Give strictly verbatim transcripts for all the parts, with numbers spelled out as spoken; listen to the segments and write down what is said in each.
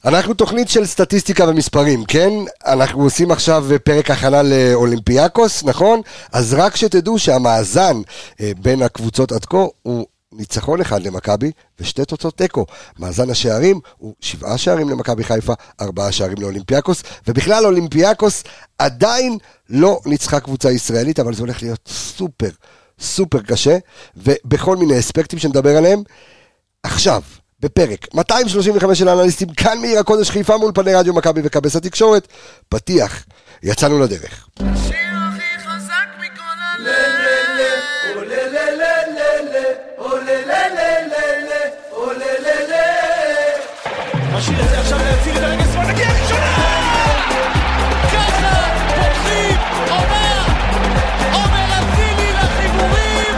אנחנו תוכנית של סטטיסטיקה ומספרים, כן? אנחנו עושים עכשיו פרק הכנה לאולימפיאקוס, נכון? אז רק שתדעו שהמאזן בין הקבוצות עד כה הוא ניצחון אחד למכבי ושתי תוצאות תיקו. מאזן השערים הוא שבעה שערים למכבי חיפה, ארבעה שערים לאולימפיאקוס, ובכלל אולימפיאקוס עדיין לא ניצחה קבוצה ישראלית, אבל זה הולך להיות סופר, סופר קשה, ובכל מיני אספקטים שנדבר עליהם. עכשיו, בפרק מאתיים שלושים וחמש של האנליסטים, כאן מעיר הקודש חיפה מול פני רדיו מכבי וכבש התקשורת, פתיח, יצאנו לדרך. השיר הכי חזק מכל הלב, עולה לללללה, עולה ללללה, עולה ללללה. השיר הזה עכשיו להציג את הרגע שמאל, נגיע ראשונה! ככה פותחים, אומר, אומר אצילי לחיבורים.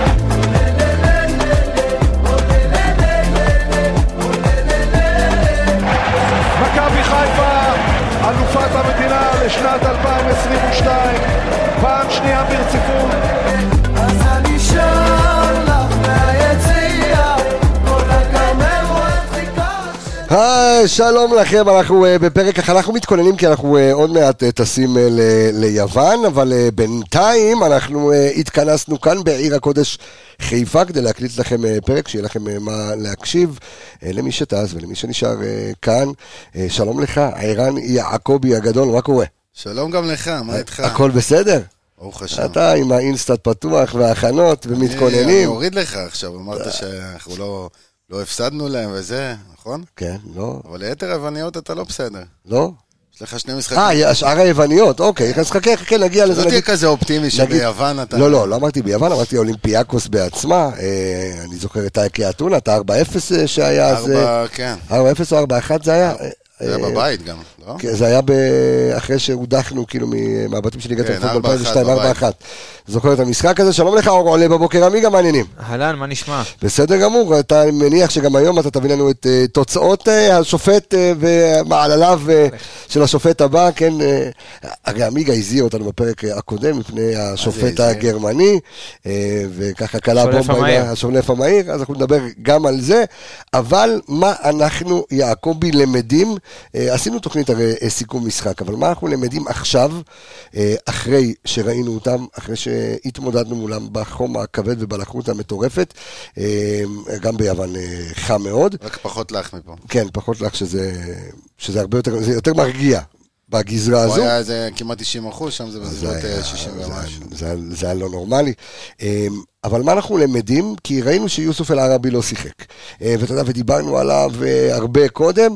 מכבי חיפה, אלופת המדינה לשנת אלפיים עשרים ושתיים, פעם שנייה ברציפות. אז אני שר לך מהיציאה, כל הכרמל רואה דחיקה. היי, שלום לכם, אנחנו uh, בפרק אחר, אנחנו מתכוננים כי אנחנו uh, עוד מעט uh, טסים uh, ל- ליוון, אבל uh, בינתיים אנחנו uh, התכנסנו כאן בעיר הקודש חיפה כדי להקליט לכם uh, פרק, שיהיה לכם uh, מה להקשיב uh, למי שטס ולמי שנשאר uh, כאן. Uh, שלום לך, ערן יעקובי הגדול, מה קורה? שלום גם לך, מה איתך? הכל בסדר? ברוך השם. אתה עם האינסטאט פתוח וההכנות ומתכוננים. אני אוריד לך עכשיו, אמרת שאנחנו לא... לא הפסדנו להם וזה, נכון? כן, לא. אבל ליתר היווניות אתה לא בסדר. לא? יש לך שני משחקים. אה, השאר היווניות, אוקיי, אז חכה, חכה, נגיע לזה. לא תהיה כזה אופטימי שביוון אתה... לא, לא, לא אמרתי ביוון, אמרתי אולימפיאקוס בעצמה, אני זוכר את אייקי אתונה, את ה-ארבע אפס שהיה אז... ארבע, כן. ארבע אפס או ארבע אחת זה היה? זה היה בבית גם, לא? זה היה אחרי שהודחנו כאילו מהבתים של ליגת האלופות ב-אלפיים ושתיים, ארבע אחת. זוכר את המשחק הזה? שלום לך, אור עולה בבוקר, עמי, גם מעניינים. אהלן, מה נשמע? בסדר גמור, אתה מניח שגם היום אתה תביא לנו את תוצאות השופט ומעלליו של השופט הבא, כן? הרי עמיגה הזהיר אותנו בפרק הקודם מפני השופט הגרמני, וככה קלה בומבה, השונף המהיר, אז אנחנו נדבר גם על זה, אבל מה אנחנו, יעקובי, למדים? עשינו תוכנית הרי סיכום משחק, אבל מה אנחנו למדים עכשיו, אחרי שראינו אותם, אחרי שהתמודדנו מולם בחום הכבד ובלחות המטורפת, גם ביוון חם מאוד. רק פחות לך מפה. כן, פחות לך שזה, שזה הרבה יותר, זה יותר מרגיע בגזרה הזו. הוא היה איזה כמעט תשעים אחוז, שם זה בסביבות שישים ומשהו. זה, זה היה לא נורמלי. אבל מה אנחנו למדים? כי ראינו שיוסוף אל ערבי לא שיחק. ואתה יודע, ודיברנו עליו הרבה קודם,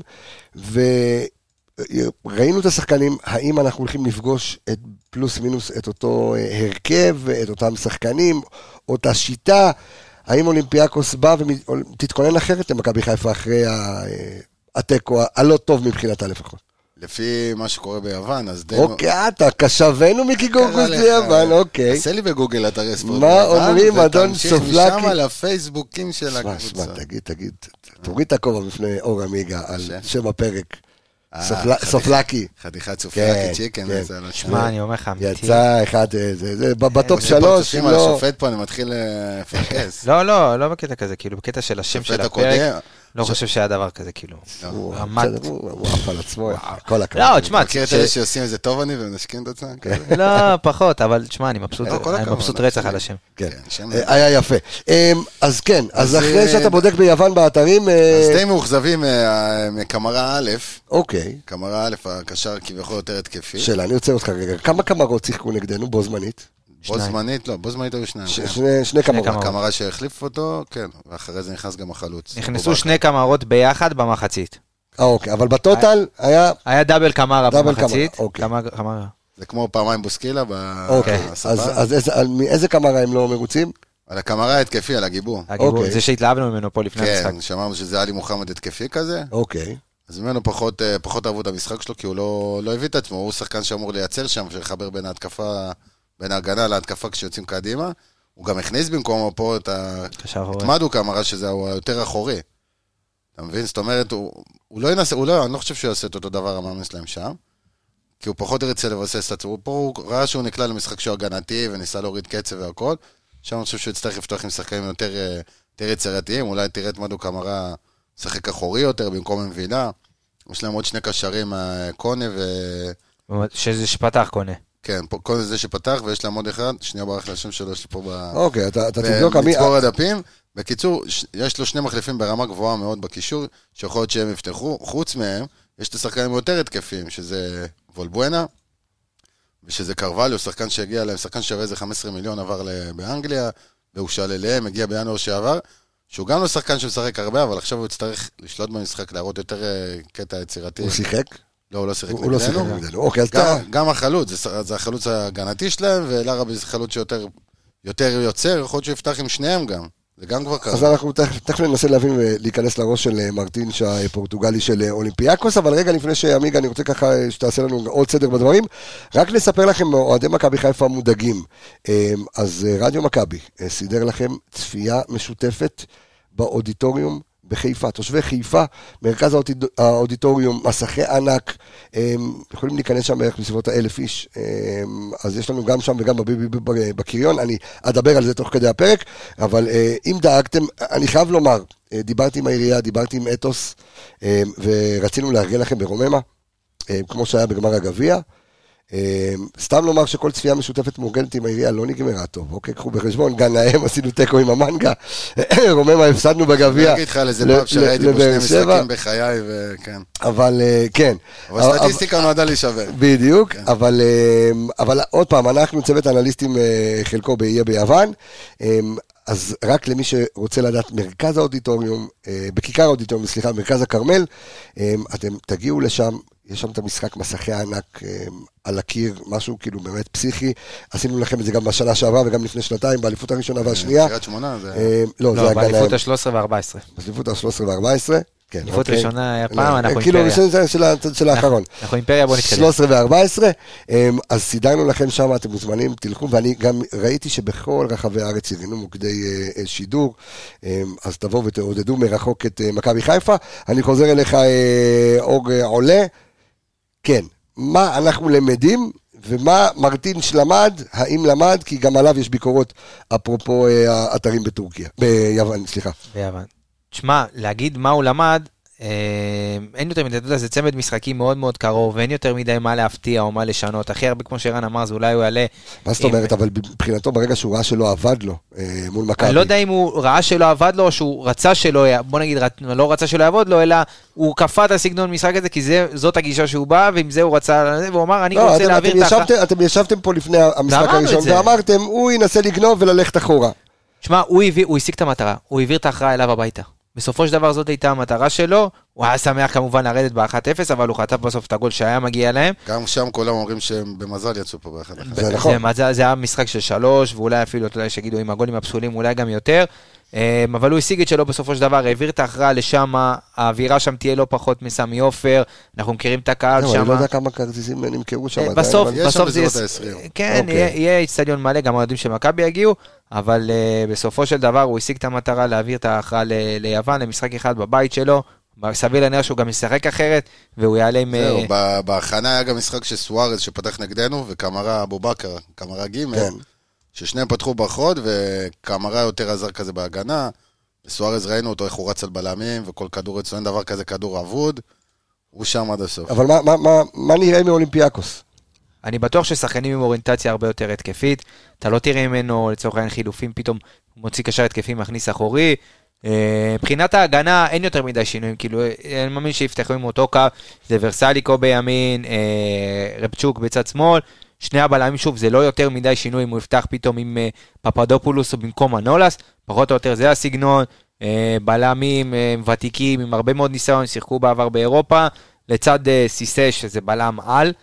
וראינו את השחקנים, האם אנחנו הולכים לפגוש את פלוס מינוס את אותו הרכב, את אותם שחקנים, אותה שיטה, האם אולימפיאקוס בא ותתכונן אחרת למכבי חיפה אחרי התיקו הלא טוב מבחינתה לפחות? לפי מה שקורה ביוון, אז די... אוקיי, אתה קשבנו מיקי גוגוס ליוון, אוקיי. עשה לי בגוגל אתרי ספורט. מה אומרים, אדון סופלקי? ותמשיך משם לפייסבוקים של הקבוצה. שמע, תגיד, תגיד, תוריד את הכובע בפני אור עמיגה על שם הפרק. סופלקי. חתיכת סופלקי צ'יקן. שמע, אני אומר לך, אמיתי. יצא אחד, זה בטופ שלוש. על השופט פה, אני מתחיל לפרקס. לא, לא, לא בקטע כזה, כאילו, בקטע של השם של הפרק. לא חושב שהיה דבר כזה, כאילו. הוא עף על עצמו, כל הכבוד. לא, תשמע. מכיר את אלה שעושים איזה טוב אני ומנשקים את עצמם? לא, פחות, אבל תשמע, אני מבסוט רצח על השם. כן, היה יפה. אז כן, אז אחרי שאתה בודק ביוון באתרים... אז די מאוכזבים מקמרה א', אוקיי. קמרה א', הקשר כביכול יותר התקפי. שאלה, אני רוצה אותך רגע, כמה קמרות שיחקו נגדנו בו זמנית? בו זמנית, לא, בו זמנית היו שניים. שני קמרות. הקמרה שהחליף אותו, כן, ואחרי זה נכנס גם החלוץ. נכנסו שני קמרות ביחד במחצית. אה, אוקיי, אבל בטוטל היה... היה דאבל קמרה במחצית. קמרה. זה כמו פעמיים בוסקילה בספה. אוקיי, אז מאיזה קמרה הם לא מרוצים? על הקמרה ההתקפי, על הגיבור. הגיבור, זה שהתלהבנו ממנו פה לפני המשחק. כן, שמענו שזה עלי מוחמד התקפי כזה. אוקיי. אז ממנו פחות, פחות אהבו את המשחק שלו, כי הוא לא, לא הביא את עצמו, הוא שחקן שאמור לייצר שם, שלחבר בין ההתקפה, בין ההגנה להתקפה כשיוצאים קדימה. הוא גם הכניס במקומו פה את ה... את מדוק, אמרה שזה הוא יותר אחורי. אתה מבין? זאת אומרת, הוא, הוא לא ינסה, הוא לא, אני לא חושב שהוא יעשה את אותו דבר המאמן שלהם שם, כי הוא פחות ירצה לבסס את עצמו. פה הוא ראה שהוא נקלע למשחק שהוא הגנתי, וניסה להוריד קצב והכל. שם אני חושב שהוא יצטרך לפתוח עם שחקנים יותר, יותר יצירתיים, אולי תראה את מדוק אמרה, שחק אחורי יותר במקום מבינה, יש להם עוד שני קשרים, קונה ו... שזה שפתח קונה. כן, קונה זה שפתח, ויש להם עוד אחד, שנייה ברח לשם שלו, יש לי פה ב... אוקיי, אתה תבדוק... במצבור הדפים. בקיצור, יש לו שני מחליפים ברמה גבוהה מאוד בקישור, שיכול להיות שהם יפתחו. חוץ מהם, יש את השחקנים יותר התקפים, שזה וולבואנה, ושזה קרווליו, שחקן שהגיע להם, שחקן שווה איזה חמישה עשר מיליון עבר באנגליה, והושל אליהם, הגיע בינואר שעבר, שהוא גם לא שחקן שמשחק הרבה, אבל עכשיו הוא יצטרך לשלוט במשחק, להראות יותר קטע יצירתי. הוא שיחק? לא, הוא לא שיחק נגדנו. הוא לא שיחק נגדנו. אוקיי, אז אתה... גם החלוץ, זה החלוץ ההגנתי שלהם, ולרבי זה חלוץ שיותר יוצר, יכול להיות שהוא יפתח עם שניהם גם. זה גם כבר קרה. אז אנחנו תכף ננסה להבין ולהיכנס לראש של מרטינש הפורטוגלי של אולימפיאקוס, אבל רגע לפני שעמיגה, אני רוצה ככה שתעשה לנו עוד סדר בדברים, רק לספר לכם, אוהדי מכבי חיפה מודאגים, אז רדיו מכבי סידר לכם צפייה משותפת באודיטוריום בחיפה, תושבי חיפה, מרכז האודיטוריום, מסכי ענק, יכולים להיכנס שם בערך בסביבות האלף איש, אז יש לנו גם שם וגם בקריון, אני אדבר על זה תוך כדי הפרק, אבל אם דאגתם, אני חייב לומר, דיברתי עם העירייה, דיברתי עם אתוס, ורצינו להרגיע לכם ברוממה, כמו שהיה בגמר הגביע, סתם לומר שכל צפייה משותפת מאורגנת עם העירייה לא נגמרה טוב, אוקיי, קחו בחשבון, גם להם עשינו טקו עם המנגה, רוממה הפסדנו בגביע. אני אגיד לך לזה פעם שראיתי פה שני משחקים בחיי, וכן. אבל כן. אבל סטטיסטיקה נועדה להישבר. בדיוק, אבל עוד פעם, אנחנו צוות אנליסטים חלקו יהיה ביוון, אז רק למי שרוצה לדעת, מרכז האודיטוריום, בכיכר האודיטוריום, סליחה, מרכז הקרמל, אתם תגיעו לשם, יש שם את המשחק מסכי הענק על הקיר, משהו כאילו באמת פסיכי, עשינו לכם את זה גם בשנה שעברה וגם לפני שנתיים, באליפות הראשונה והשנייה. קריית שמונה זה... לא, לא, באליפות ה-שלוש עשרה וה-ארבע עשרה. באליפות ה-שלוש עשרה וה-ארבע עשרה. אליפות ראשונה היה פעם, אנחנו כאילו, אימפריה. כאילו, של האחרון. אנחנו אימפריה, בוא נתקדם. שלוש עשרה וארבע עשרה, אז סידרנו לכם שם, אתם מוזמנים, תלכו, ואני גם ראיתי שבכל רחבי הארץ ירינו מוקדי שידור, אז תבואו ותעודדו מרחוק את מכבי חיפה. אני חוזר אליך, אור עולה. כן, מה אנחנו למדים, ומה מרטינש למד, האם למד, כי גם עליו יש ביקורות, אפרופו האתרים בטורקיה, ביוון, סליחה. ביוון. תשמע, להגיד מה הוא למד, אין יותר מדי, אתה יודע, זה צמד משחקים מאוד מאוד קרוב, ואין יותר מדי מה להפתיע או מה לשנות. הכי הרבה, כמו שרן אמר, זה אולי הוא יעלה... מה זאת אומרת, אבל מבחינתו, ברגע שהוא ראה שלא עבד לו, מול מכבי... אני לא יודע אם הוא ראה שלא עבד לו, או שהוא רצה שלא, בוא נגיד, לא רצה שלא יעבוד לו, אלא הוא קפא את הסגנון משחק הזה, כי זאת הגישה שהוא בא, ועם זה הוא רצה, והוא אמר, אני רוצה להעביר את האחר... אתם ישבתם פה לפני המשחק הראשון, ואמרתם, הוא ינסה לגנוב וללכת אחורה. תשמע, הוא השיג את המטרה, הוא העביר את ההכרעה אליו הביתה. בסופו של דבר זאת הייתה המטרה שלו, הוא היה שמח כמובן לרדת ב-אחת אפס, אבל הוא חטף בסוף את הגול שהיה מגיע להם. גם שם כולם אומרים שהם במזל יצאו פה ב-אחת אפס. זה נכון. זה היה משחק של שלוש, ואולי אפילו, אתה יודע, שגידו עם הגולים הפסולים, אולי גם יותר, אבל הוא השיג את שלו בסופו של דבר, העביר את ההכרעה לשם, האווירה שם תהיה לא פחות מסמי עופר, אנחנו מכירים את הקהל שם. אני לא יודע כמה כרטיסים נמכרו שם. בסוף, בסוף זה כן, יהיה אצטדיון מלא, גם האוהדים של מכבי יגיעו, אבל בסופו של דבר הוא השיג את המטרה להעביר את ההכרעה ליוון, למשחק אחד בבית שלו, סביר לנראה שהוא גם משחק אחרת, והוא יעלה עם... זהו, בהכנה היה גם משחק של סוארז שפתח נגדנו, וקמרה אבו בכר, קמרה גימל, ששניהם פתחו בחוד, וקמרה יותר עזר כזה בהגנה, וסוארז ראינו אותו איך הוא רץ על בלמים, וכל כדור אצלו, אין דבר כזה כדור אבוד, הוא שם עד הסוף. אבל מה, מה, מה, מה נראה מאולימפיאקוס? אני בטוח ששחקנים עם אוריינטציה הרבה יותר התקפית, אתה לא תראה ממנו לצורך העניין חילופים, פתאום מוציא קשר התקפים, מכניס אחורי, מבחינת ההגנה אין יותר מדי שינויים, כאילו אני מאמין שיפתחו עם אותו קו, זה ורסליקו בימין, רפצ'וק בצד שמאל, שני הבלמים שוב זה לא יותר מדי שינוי, אם הוא יפתח פתאום עם פפדופולוס או במקום מנולס, פחות או יותר זה הסגנון, בלמים ותיקים עם הרבה מאוד ניסיון, שיחקו בעבר באירופה, לצד סיסה שזה בלם על,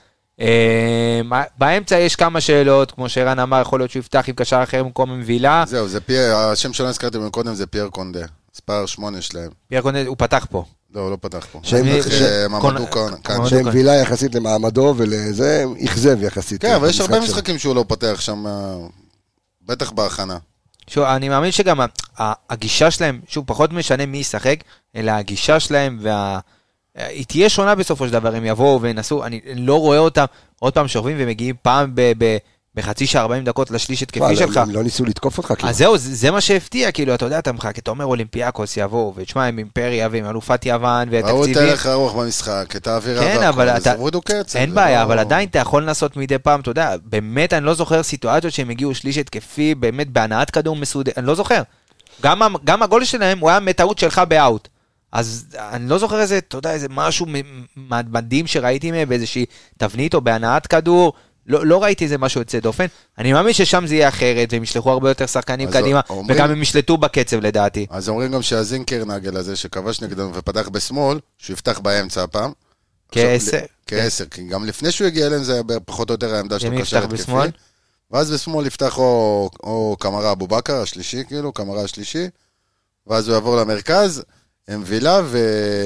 באמצע יש כמה שאלות, כמו שרן אמר, יכול להיות שהוא יפתח עם קשר אחר במקום עם וילה. זהו, זה פייר, השם שלא הזכרתי מקודם זה פייר קונדה, ספר שמונה שלהם. פייר קונדה, הוא פתח פה. לא, הוא לא פתח פה. מעמדו כאן. שהם וילה יחסית למעמדו ולזה, יחזב יחסית. כן, אבל יש הרבה משחקים שהוא לא פתח שם, בטח בהכנה. שוב, אני מאמין שגם הגישה שלהם, שוב, פחות משנה מי ישחק, אלא הגישה שלהם וה... היא תהיה שונה בסופו של דבר, הם יבואו ונסו, אני לא רואה אותם עוד פעם שוכבים ומגיעים פעם בחצי שעה ארבעים דקות לשליש התקפי וואלה, שלך. הם לא ניסו לתקוף אותך, כאילו. אז זהו, זה זה מה שהפתיע, כאילו, אתה יודע, אתה מחכה, אתה אומר אולימפיאקוס יבואו, ותשמע, הם אימפריה ועם אלופת יוון ראו את ותקציבים. הלך הרוח במשחק, את האווירה כן, אבל אתה, אין בעיה, אבל עדיין אתה יכול לנסות מדי פעם, אתה יודע, באמת אני לא זוכר סיטואציות שהם הגיעו שליש התקפי, באמת בהנעת כדור מסודר, אני לא זוכר. גם, גם הגול שלהם הוא היה מטעות שלך באאוט. אז אני לא זוכר איזה, אתה יודע, איזה משהו מדהים שראיתי מהם, באיזושהי תבנית או בהנעת כדור, לא, לא ראיתי איזה משהו יוצא דופן. אני מאמין ששם זה יהיה אחרת, והם ישלחו הרבה יותר שחקנים קדימה, אומרים, וגם הם ישלטו בקצב לדעתי. אז אומרים גם שהזינקר נגל הזה, שכבש נגדנו ופתח בשמאל, שהוא יפתח באמצע הפעם. כעשר. כעשר, כי גם לפני שהוא הגיע אליהם, זה היה פחות או יותר העמדה שלו קשר התקפי. ואז בשמאל יפתח או, או קמרה אבו בכר, השלישי, כאילו, קמרה השלישי, ואז הוא יעבור למרכז, הם וילה, ו...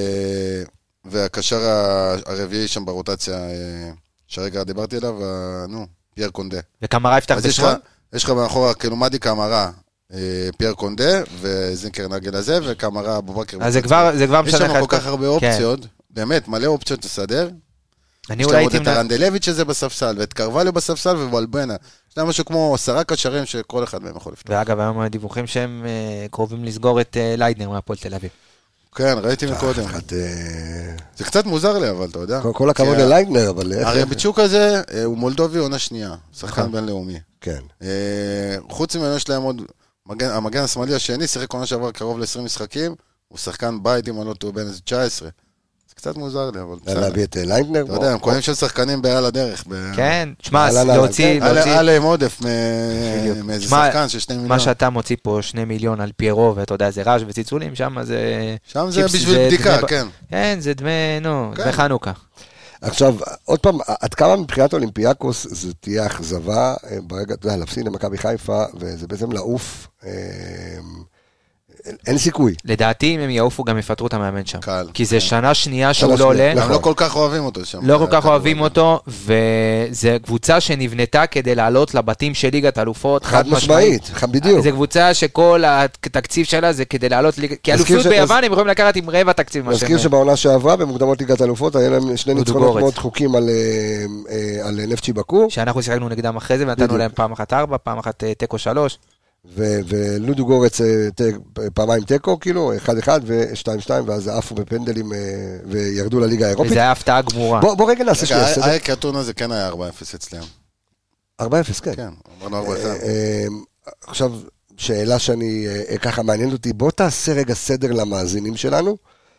והקשר הרביעי שם ברוטציה, שהרגע דיברתי עליו, נו, פייר קונדה. וקמרה יפתח בשמאל? יש לך מאחורה, כאילו, מדי קמרה, פייר קונדה, וזינקר נגל הזה, וקמרה אבו בכר. אז זה כבר, זה כבר משנה לך. יש שם כל כך הרבה אופציות, באמת, מלא אופציות לסדר. אני אולי הייתי... יש את הרנדלביץ' הזה בספסל, ואת קרווליו בספסל, ובלבנה. יש להם משהו כמו עשרה קשרים שכל אחד מהם יכול לפתוח. ואגב, היום הדיווחים שהם קרובים לסגור את ליידנר מהפועל תל אביב. כן, ראיתי מקודם. זה קצת מוזר לי, אבל אתה יודע. כל הכבוד לליידנר, אבל... הרי ביצ'וק הזה הוא מולדובי עונה שנייה, שחקן בינלאומי. כן. חוץ ממנו יש להם עוד... המגן השמאלי השני, שיחק עונה שעבר קרוב ל-עשרים משחקים, הוא שחקן בית עם עונות הוא בן איזה תשע עשרה. זה קצת מוזר לי, אבל בסדר. להביא את ליידנר? אתה יודע, הם קונים של שחקנים בעל הדרך. כן, תשמע, להוציא... היה להם עודף מאיזה שחקן של שני מיליון. מה שאתה מוציא פה שני מיליון על פיירו, ואתה יודע, זה רעש וציצולים, שם זה... שם זה בשביל בדיקה, כן. כן, זה דמי, נו, דמי חנוכה. עכשיו, עוד פעם, עד כמה מבחינת אולימפיאקוס זה תהיה אכזבה, ברגע, אתה יודע, להפסיד למכבי חיפה, וזה בעצם לעוף... אין סיכוי. לדעתי, אם הם יעופו, גם יפטרו את המאמן שם. קל. כי זה שנה שנייה שהוא לא עולה. הם לא כל כך אוהבים אותו שם. לא כל כך אוהבים אותו, וזו קבוצה שנבנתה כדי לעלות לבתים של ליגת אלופות. חד משמעית, בדיוק. זו קבוצה שכל התקציב שלה זה כדי לעלות, כי אלופות ביוון הם יכולים לקחת עם רבע תקציב. מזכיר שבעונה שעברה, במוקדמות ליגת אלופות, היה להם שני ניצחונות מאוד דחוקים על נפצ'י בקו. שאנחנו שיחקנו נגדם אחרי זה, ונתנו להם פעם אחת ארבע, פעם אחת תיקו שלוש. ולודו גורץ פעמיים טקו, כאילו, אחד אחד ושתיים שתיים, ואז עפו בפנדלים וירדו לליגה האירופית. וזה היה הפתעה גמורה. בוא רגע נעשה שנייה סדר. האייק הטון הזה כן היה ארבע אפס אצלם. ארבע אפס, כן. כן, אמרנו ארבע אחד. עכשיו, שאלה שאני ככה מעניינת אותי, בוא תעשה רגע סדר למאזינים שלנו,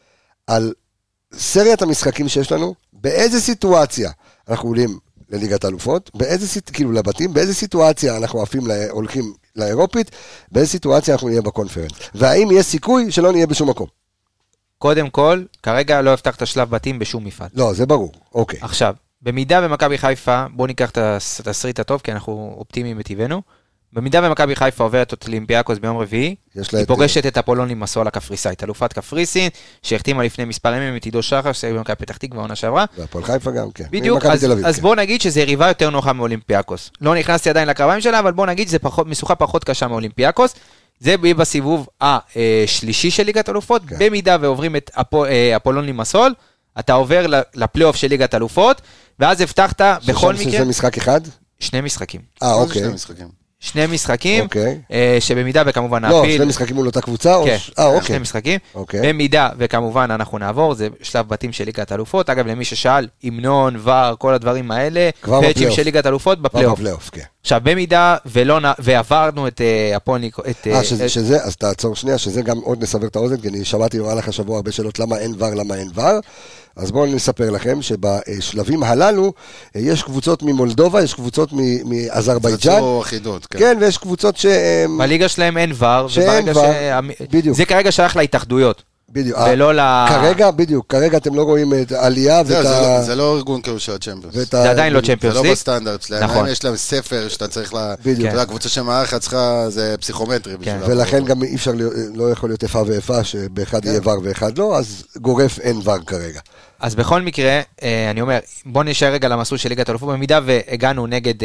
על סריית המשחקים שיש לנו, באיזה סיטואציה אנחנו עולים לליגת אלופות, באיזה, כאילו לבתים, באיזה סיטואציה אנחנו עפים, הולכים לאירופית, באיזה סיטואציה אנחנו נהיה בקונפרנס. והאם יש סיכוי שלא נהיה בשום מקום? קודם כל, כרגע לא הבטח את השלב בתים בשום מפעל. לא, זה ברור, אוקיי. עכשיו, במידה במכבי חיפה, בואו ניקח את התסריט הטוב, כי אנחנו אופטימיים בטבענו, במידה במכבי חיפה עוברת את אולימפיאקוס ביום רביעי, היא פוגשת את אפולוני מסול הקפריסאית, אלופת קפריסין, שהחתימה לפני מספר ימים את עידו שחר, שהיה במכבי פתח תקווה העונה שעברה. והפועל חיפה גם, כן. בדיוק, אז בואו נגיד שזה יריבה יותר נוחה מאולימפיאקוס. לא נכנסתי עדיין לקרביים שלה, אבל בואו נגיד שזה משוכה פחות קשה מאולימפיאקוס. זה יהיה בסיבוב השלישי של ליגת אלופות, במידה ועוברים את אפולוני מסול, אתה עובר לפלייאוף של ליגת אלופות, ואז הבטחת בכל מקרה... שזה משחק אחד? שני משחקים. אה, אוקיי. שני משחקים. שני משחקים, אוקיי. שבמידה וכמובן לא, נעפיל... שני משחקים מול אותה קבוצה? כן, אה, אוקיי. שני משחקים. אוקיי. במידה וכמובן אנחנו נעבור, זה שלב בתים של ליגת אלופות. אגב, למי ששאל, המנון, ור, כל הדברים האלה, פאצ'ים של ליגת אלופות בפלייאוף. בפלייאוף, כן. עכשיו, במידה ולא, ועברנו את הפועל... אה, שזה, אז תעצור שנייה, שזה גם עוד נסבר את האוזן, כי אני שמעתי יורא לך השבוע הרבה שאלות, למה אין ור, למה אין ור. אז בואו נספר לכם שבשלבים הללו יש קבוצות ממולדובה, יש קבוצות מאזרבייג'אן. זה אחידות, כן. כן, ויש קבוצות ש... בליגה שלהם אין ור, שאין ור, בדיוק. זה כרגע שייך להתאחדויות. בדיוק. ולא ל... כרגע, בדיוק, כרגע אתם לא רואים את העלייה ואת ה... זה לא ארגון כאילו של הצ'מפיונס. זה עדיין לא צ'מפיונס ליג. זה לא בסטנדרט שלהם. יש להם ספר שאתה צריך לה... בדיוק. הקבוצה שמערכת צריכה, זה פסיכומטרי. ולכן גם אי אפשר, לא יכול להיות איפה ואיפה, שבאחד יהיה ור ואחד לא, אז גורף אין ור כרגע. אז בכל מקרה, אני אומר, בוא נשאר רגע למסלול של ליגת אלופות, במידה והגענו נגד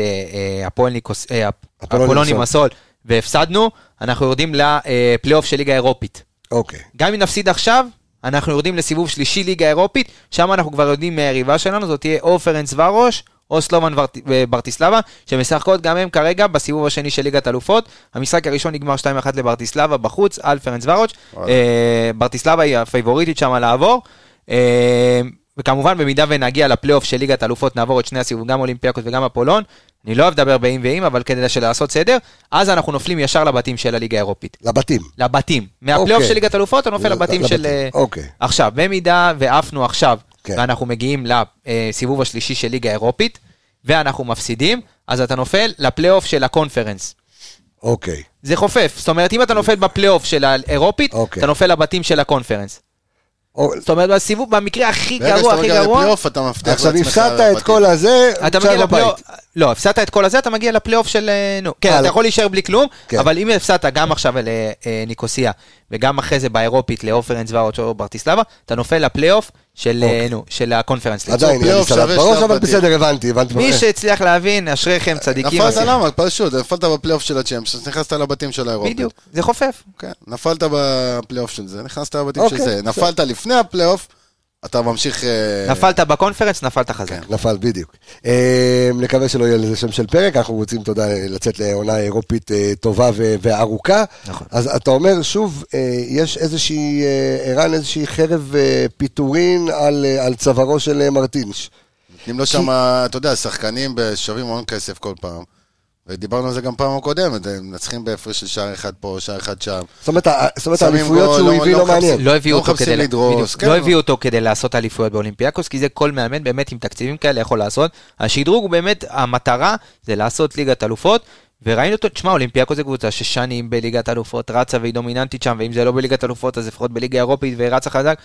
אפולוני מסול והפסדנו, אנחנו יורדים לפלייאוף של ליגה אירופית. אוקיי. גם אם נפסיד עכשיו, אנחנו יורדים לסיבוב שלישי ליגה אירופית, שם אנחנו כבר יודעים מהריבה שלנו, זאת תהיה או פרנס ורוש, או סלובן ברטיסלבה, שמשחקות גם הם כרגע בסיבוב השני של ליגת אלופות. המשחק הראשון נגמר שתיים אחת לברטיסלבה בחוץ, על פרנץ ורוץ'. ברטיסלבה היא הפייבוריטית שם לעבור. וכמובן במידה ונגיע לפלייאוף של ליגת אלופות, נעבור את שני הסיבוב, גם אולימפיאקוס וגם אפולון. אני לא אוהב לדבר באים ואם, אבל כדי לעשות סדר, אז אנחנו נופלים ישר לבתים של הליגה האירופית. לבתים. לבתים. מהפלייאוף של ליגת אלופות, אתה נופל לבתים של... עכשיו, במידה ועפנו עכשיו, ואנחנו מגיעים לסיבוב השלישי של ליגה האירופית, ואנחנו מפסידים, אז אתה נופל לפלייאוף של הקונפרנס. אוקיי. זה חופף. זאת אומרת, אם אתה נופל בפלייאוף של האירופית, אתה נופל לבתים של הקונפרנס. זאת אומרת, בסיבוב, במקרה הכי גרוע, הכי גרוע... עכשיו, הפסדת את כל הזה, אתה מגיע לפלייאוף... לא, הפסדת את כל הזה, אתה מגיע לפלייאוף של... כן, אתה יכול להישאר בלי כלום, אבל אם הפסדת גם עכשיו לניקוסיה, וגם אחרי זה באירופית, לאופרנס ורוץ' או ברטיסלבה, אתה נופל לפלייאוף של הקונפרנס. עדיין, אני סלט בראש, אבל בסדר, הבנתי. מי שהצליח להבין, אשריכם צדיקים. נפלת למה? פשוט, נפלת בפלייאוף של הצ'אמפיונס, נכנסת לבתים של האירופית. בדיוק, זה חופף. נפלת בפלייאוף של זה, נכנסת לבתים של זה. נפלת לפני הפלייאוף, אתה ממשיך... נפלת בקונפרנס, נפלת חזק. נפל, בדיוק. נקווה שלא יהיה לזה שם של פרק, אנחנו רוצים, תודה, לצאת לעונה אירופית טובה וארוכה. אז אתה אומר, שוב, יש איזושהי, ערן, איזושהי חרב פיטורין על צווארו של מרטינש. נותנים לו שם, אתה יודע, שחקנים בשווים המון כסף כל פעם. ודיברנו על זה גם פעם הקודמת, הם נצחים בהפרש של שער אחד פה, שער אחד שם. זאת אומרת, האליפויות שהוא הביא לא מעניין. לא הביאו אותו כדי לעשות אליפויות באולימפיאקוס, כי זה כל מאמן באמת עם תקציבים כאלה יכול לעשות. השדרוג הוא באמת, המטרה זה לעשות ליגת אלופות, וראינו אותו, תשמע, אולימפיאקוס זה קבוצה ששנים בליגת אלופות, רצה והיא דומיננטית שם, ואם זה לא בליגת אלופות, אז לפחות בליגה האירופית ורצה חזק.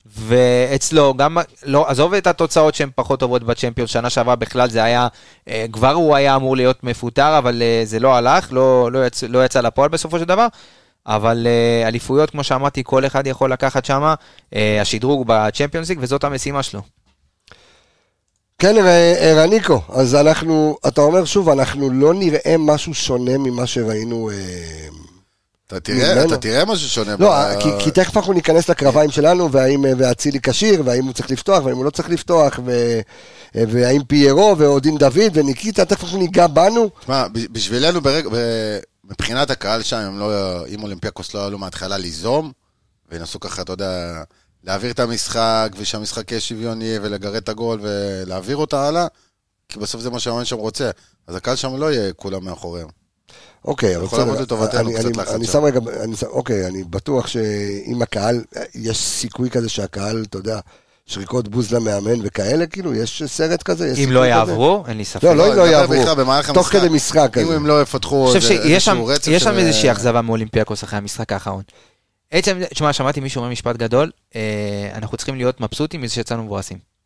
ואצלו גם, לא, עזוב את התוצאות שהן פחות טובות בצ'מפיון, שנה שעברה בכלל זה היה, כבר הוא היה אמור להיות מפוטר, אבל זה לא הלך, לא, לא, יצא, לא יצא לפועל בסופו של דבר, אבל אליפויות, כמו שאמרתי, כל אחד יכול לקחת שמה, השדרוג בצ'מפיונס ליג, וזאת המשימה שלו. כן, רניקו, אז אנחנו, אתה אומר שוב, אנחנו לא נראה משהו שונה ממה שראינו... אתה תראה, אתה תראה משהו שונה. לא, כי, כי תכף אנחנו ניכנס לקרביים שלנו, והאם והצילי קשיר, והאם הוא צריך לפתוח, והאם הוא לא צריך לפתוח, ו, והאם פיירו, ועודין דוד, וניקיטה, תכף אנחנו ניגע בנו. תשמע, בשבילנו, ברג, מבחינת הקהל שם, אם, לא, אם אולימפיאקוס לא עלו מההתחלה ליזום, וינסו ככה, אתה יודע, להעביר את המשחק, ושהמשחק יהיה שוויוני, ולגרד את הגול, ולהעביר אותה הלאה, כי בסוף זה מה שהאמן שם רוצה. אז הקהל שם לא יהיה כולם מאחוריהם. אוקיי, אבל אני שם רגע, אוקיי, אני בטוח שאם הקהל, יש סיכוי כזה שהקהל, אתה יודע, שריקות בוז למאמן וכאלה, כאילו, יש סרט כזה? אם לא יעברו, אין לי ספק. לא, לא יעברו, תוך כדי משחק כזה. אם הם לא יפתחו איזשהו רצף. יש שם איזושהי אכזבה מאולימפיאקוס אחרי המשחק האחרון. עצם, תשמע, שמעתי מישהו אומר משפט גדול, אנחנו צריכים להיות מבסוטים מזה שיצאנו מבואסים.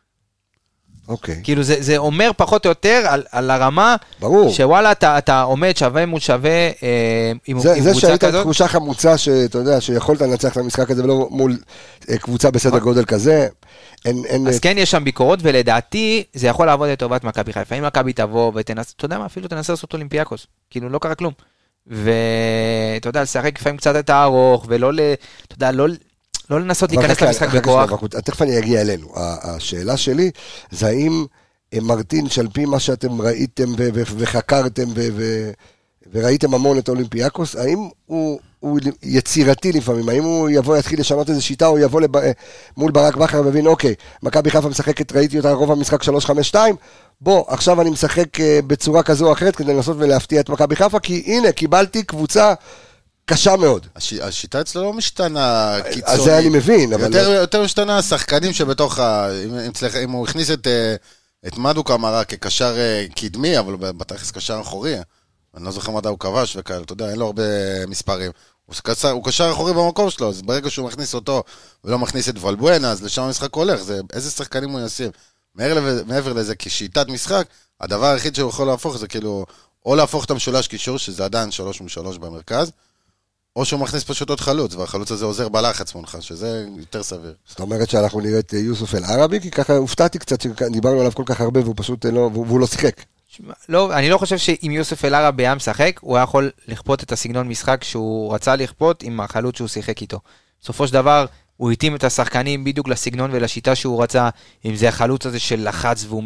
אוקיי. כאילו זה, זה אומר פחות או יותר על, על הרמה, ברור. שוואלה אתה, אתה עומד שווה מול שווה אה, עם, זה, עם זה קבוצה שהיית כזאת. תחושה חמוצה שאתה יודע שיכולת לנצח את המשחק הזה ולא מול אה, קבוצה בסדר גודל כזה. אין, אין... אז כן יש שם ביקורות ולדעתי זה יכול לעבוד לטובת מכבי חיפה. אם מכבי תבוא ותנסה, אתה יודע מה, אפילו תנסה לעשות אולימפיאקוס. כאילו לא קרה כלום. ואתה יודע, לשחק לפעמים קצת את הארוך ולא, אתה יודע, לא... לא לנסות להיכנס למשחק בכוח. תכף אני אגיע אלינו. השאלה שלי זה האם מרטין, שעל פי מה שאתם ראיתם וחקרתם וראיתם המון את אולימפיאקוס, האם הוא יצירתי לפעמים, האם הוא יבוא יתחיל לשנות איזו שיטה, או יבוא מול ברק בכר ומבין, אוקיי, מכבי חיפה משחקת, ראיתי אותה רוב המשחק שלוש חמש שתיים, בוא, עכשיו אני משחק בצורה כזו או אחרת כדי לנסות ולהפתיע את מכבי חיפה, כי הנה, קיבלתי קבוצה קשה מאוד. הש... השיטה אצלו לא משתנה קיצונית. אז זה אני מבין. אבל... יותר, יותר משתנה השחקנים שבתוך ה... אם, אם הוא הכניס את, את מדוק אמרה כקשר קדמי, אבל בתכלס קשר אחורי. אני לא זוכר מתי הוא כבש וכאלה, אתה יודע, אין לו הרבה מספרים. הוא קשר, הוא קשר אחורי במקום שלו, אז ברגע שהוא מכניס אותו ולא מכניס את ולבואנה, אז לשם המשחק הולך. זה, איזה שחקנים הוא ישים? מעבר, מעבר לזה, כשיטת משחק, הדבר היחיד שהוא יכול להפוך זה כאילו, או להפוך את המשולש קישור, שזה עדיין שלוש משלוש במרכז, או שהוא מכניס פשוט עוד חלוץ, והחלוץ הזה עוזר בלחץ מונחה, שזה יותר סביר. זאת אומרת שאנחנו נראה את יוסוף אל ערבי, כי ככה הופתעתי קצת, שדיברנו עליו כל כך הרבה, והוא פשוט לא, והוא לא שיחק. לא, אני לא חושב שאם יוסוף אל ערבי היה משחק, הוא היה יכול לכפות את הסגנון משחק שהוא רצה לכפות עם החלוץ שהוא שיחק איתו. בסופו של דבר, הוא התאים את השחקנים בדיוק לסגנון ולשיטה שהוא רצה, אם זה החלוץ הזה של לחץ, והוא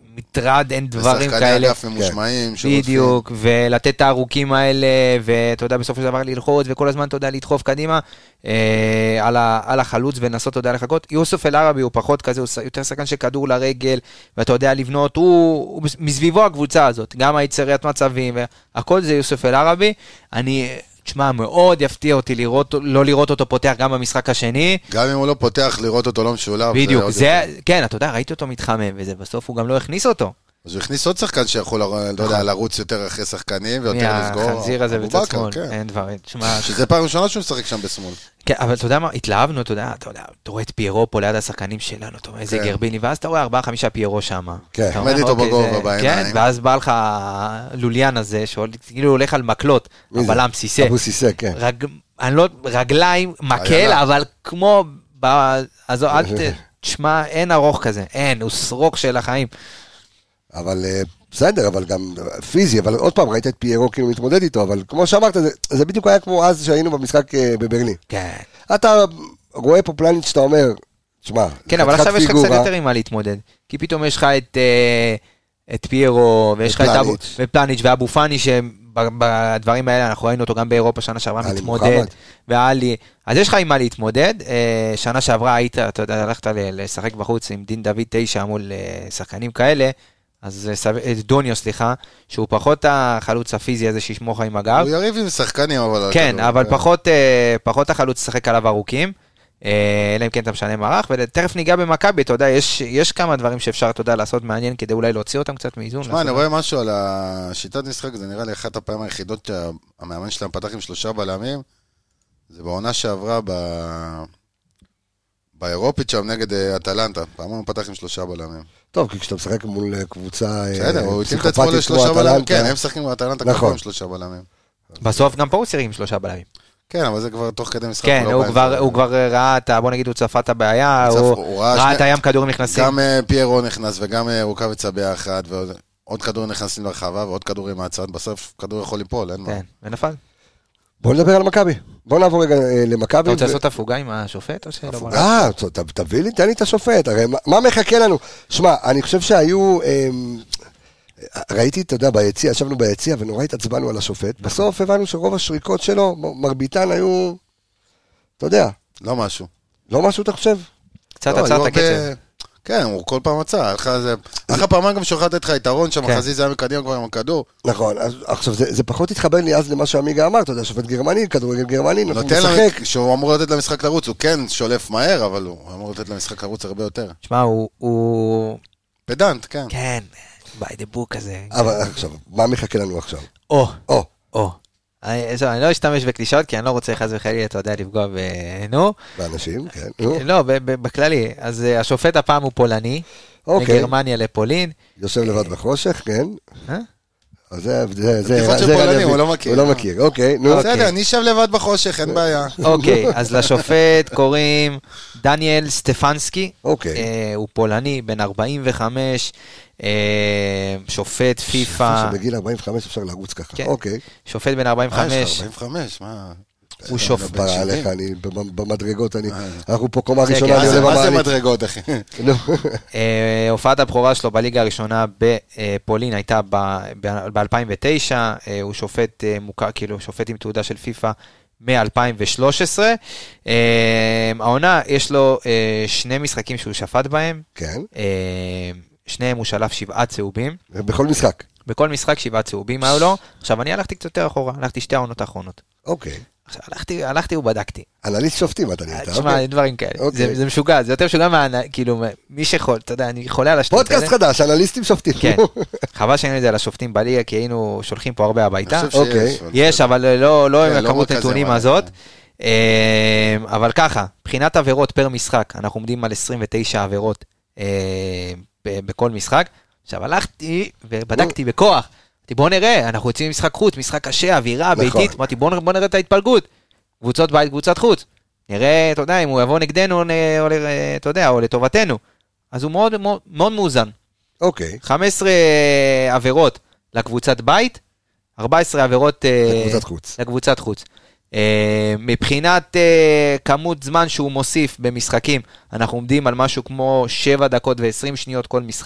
מטרד, אין דברים ושחקני כאלה. אגף ממושמעים. בדיוק, ולתת את הארוכים האלה, ואתה יודע, בסופו של דבר ללחוץ, וכל הזמן, אתה יודע, לדחוף קדימה, אה, על, ה, על החלוץ, ונסות, אתה יודע, לחכות. יוסוף אל-ערבי הוא פחות כזה, הוא יותר שחקן שכדור לרגל, ואתה יודע לבנות, הוא, הוא מסביבו הקבוצה הזאת, גם היצריית מצבים, והכל זה יוסוף אל-ערבי. אני... תשמע, מאוד יפתיע אותי לראות, לא לראות אותו פותח גם במשחק השני. גם אם הוא לא פותח, לראות אותו לא משולב. בדיוק, זה, זה כן, אתה יודע, ראיתי אותו מתחמם, וזה בסוף הוא גם לא הכניס אותו. אז הוא הכניס עוד שחקן שיכול, לא יודע, לרוץ יותר אחרי שחקנים, ויותר לסגור. החזיר הזה בצד שמאל, אין דברים. שזה פעם ראשונה שהוא משחק שם בשמאל. כן, אבל אתה יודע מה, התלהבנו, אתה יודע, אתה יודע, אתה רואה את פיירו פה ליד השחקנים שלנו, אתה רואה איזה גרביני, ואז אתה רואה ארבעה חמישה פיירו שם. כן, עומד איתו בגובה בעיניים. כן, ואז בא לך לוליאן הזה, כאילו הולך על מקלות, הבלם סיסה. אבו סיסה, כן. אני לא, רגליים, מקל, אבל כמו, אז אל תשמע, אין ארוך כזה, אין, הוא סרוק של החיים. אבל בסדר, אבל גם פיזי, אבל עוד פעם, ראית את פיירו כאילו מתמודד איתו, אבל כמו שאמרת, זה, זה בדיוק היה כמו אז שהיינו במשחק בברלין. כן. אתה רואה פה פלניץ' שאתה אומר, תשמע, כן, אבל עכשיו יש לך קצת יותר עם מה להתמודד, כי פתאום יש לך את, את פיירו, ויש לך את פלניץ' ואבו פאני, שבדברים האלה אנחנו ראינו אותו גם באירופה, שנה שעברה מתמודד, ואלי, אז יש לך עם מה להתמודד, שנה שעברה היית, אתה יודע, הלכת לשחק בחוץ עם דין דוד תשע מול שחקנים כאלה, אז דוניו, סליחה, שהוא פחות החלוץ הפיזי הזה שישמור לך עם הגב. הוא יריב עם שחקנים, אבל... כן, אבל פחות, פחות החלוץ שחק עליו ארוכים, אלא אם כן אתה משנה מערך, ותכף ניגע במכבי, אתה יודע, יש, יש כמה דברים שאפשר, אתה יודע, לעשות מעניין, כדי אולי להוציא אותם קצת מאיזון. תשמע, אני רואה משהו על השיטת משחק, זה נראה לי אחת הפעמים היחידות שהמאמן שלהם פתח עם שלושה בלמים, זה בעונה שעברה ב... באירופית שם נגד אטלנטה, פעם הוא פתח עם שלושה בלמים. טוב, כי כשאתה משחק מול קבוצה בסדר, הוא התאים את עצמו לשלושה בלמים, כן, הם משחקים באטלנטה כבר עם שלושה בלמים. בסוף גם פה הוא שיחק עם שלושה בלמים. כן, אבל זה כבר תוך כדי משחק. כן, הוא כבר ראה, בוא נגיד, הוא צפה את הבעיה, הוא ראה את הים כדורים נכנסים. גם פיירו נכנס וגם רוקאביצה ביחד, ועוד כדור נכנסים לרחבה ועוד כדורים מהצד, בסוף כדור יכול ליפול, אין מה. כן, ונפל. בוא נדבר על מכבי. בוא נעבור רגע למכבי. אתה רוצה לעשות הפוגה עם השופט או שלא? אה, תביא לי, תן לי את השופט. הרי מה מחכה לנו? שמע, אני חושב שהיו... ראיתי, אתה יודע, ביציע, ישבנו ביציע ונורא התעצבנו על השופט. בסוף הבנו שרוב השריקות שלו, מרביתן היו... אתה יודע. לא משהו. לא משהו, אתה חושב? קצת עצרת הקצב. כן, הוא כל פעם מצא, אחרי פעמים גם שוחט את לך יתרון שם, חזיז היה מקדימה כבר עם הכדור. נכון, עכשיו זה פחות התחבר לי אז למה שעמיגה אמר, אתה יודע, שופט גרמני, כדורגל גרמני, אנחנו משחק. שהוא אמור לתת למשחק לרוץ, הוא כן שולף מהר, אבל הוא אמור לתת למשחק לרוץ הרבה יותר. תשמע, הוא... פדנט, כן. כן, by the book הזה. אבל עכשיו, מה מחכה לנו עכשיו? או, או, או. אני לא אשתמש בקלישות, כי אני לא רוצה חס וחלילה, אתה יודע, לפגוע בנו. באנשים, כן. לא, בכללי. אז השופט הפעם הוא פולני, מגרמניה לפולין. יושב לבד בחושך, כן. אה? זה, זה, זה, בדיחות של פולנים, הוא לא מכיר. הוא לא מכיר, אוקיי, נו. בסדר, אני אשב לבד בחושך, אין בעיה. אוקיי, אז לשופט קוראים דניאל סטפנסקי. אוקיי. הוא פולני, בן ארבעים וחמש, שופט פיפה. שבגיל ארבעים וחמש אפשר לרוץ ככה, אוקיי. שופט בן ארבעים וחמש. אה, יש ארבעים וחמש, מה? הוא שופט. בא עליך, אני במדרגות, אנחנו פה קומה ראשונה. מה זה מדרגות, אחי? הופעת הבכורה שלו בליגה הראשונה בפולין הייתה ב-אלפיים ותשע, הוא שופט מוכר, כאילו שופט עם תעודה של פיפה מ-אלפיים ושלוש עשרה. העונה, יש לו שני משחקים שהוא שפט בהם. כן. שניהם הוא שלף שבעה צהובים. בכל משחק. בכל משחק שבעה צהובים היו לו. עכשיו אני הלכתי קצת יותר אחורה, הלכתי שתי העונות האחרונות. אוקיי. עכשיו הלכתי, הלכתי ובדקתי. אנליסט שופטים, אתה נהיית. תשמע, דברים כאלה. זה משוגע, זה יותר משוגע מה, כאילו, מי שחול, אתה יודע, אני חולה על השטות. פודקאסט חדש, אנליסטים שופטים. כן. חבל שאין את זה על השופטים בליגה, כי היינו שולחים פה הרבה הביתה. אוקיי. יש, אבל לא עם הכמות נתונים הזאת. אבל ככה, בחינת עבירות פר משחק, אנחנו עומדים על עשרים ותשע עבירות בכל משחק. עכשיו הלכתי ובדקתי בכוח. בוא נראה, אנחנו יוצאים ממשחק חוץ, משחק קשה, אווירה, ביתית, אמרתי, בוא נראה את ההתפלגות. קבוצות בית, קבוצת חוץ. נראה, אתה יודע, אם הוא יבוא נגדנו, אתה יודע, או לטובתנו. אז הוא מאוד מאוד מאוזן. אוקיי. חמש עשרה עבירות לקבוצת בית, ארבע עשרה עבירות לקבוצת חוץ. לקבוצת חוץ. מבחינת כמות זמן שהוא מוסיף במשחקים, אנחנו עומדים על משהו כמו שבע דקות ועשרים שניות כל משחק.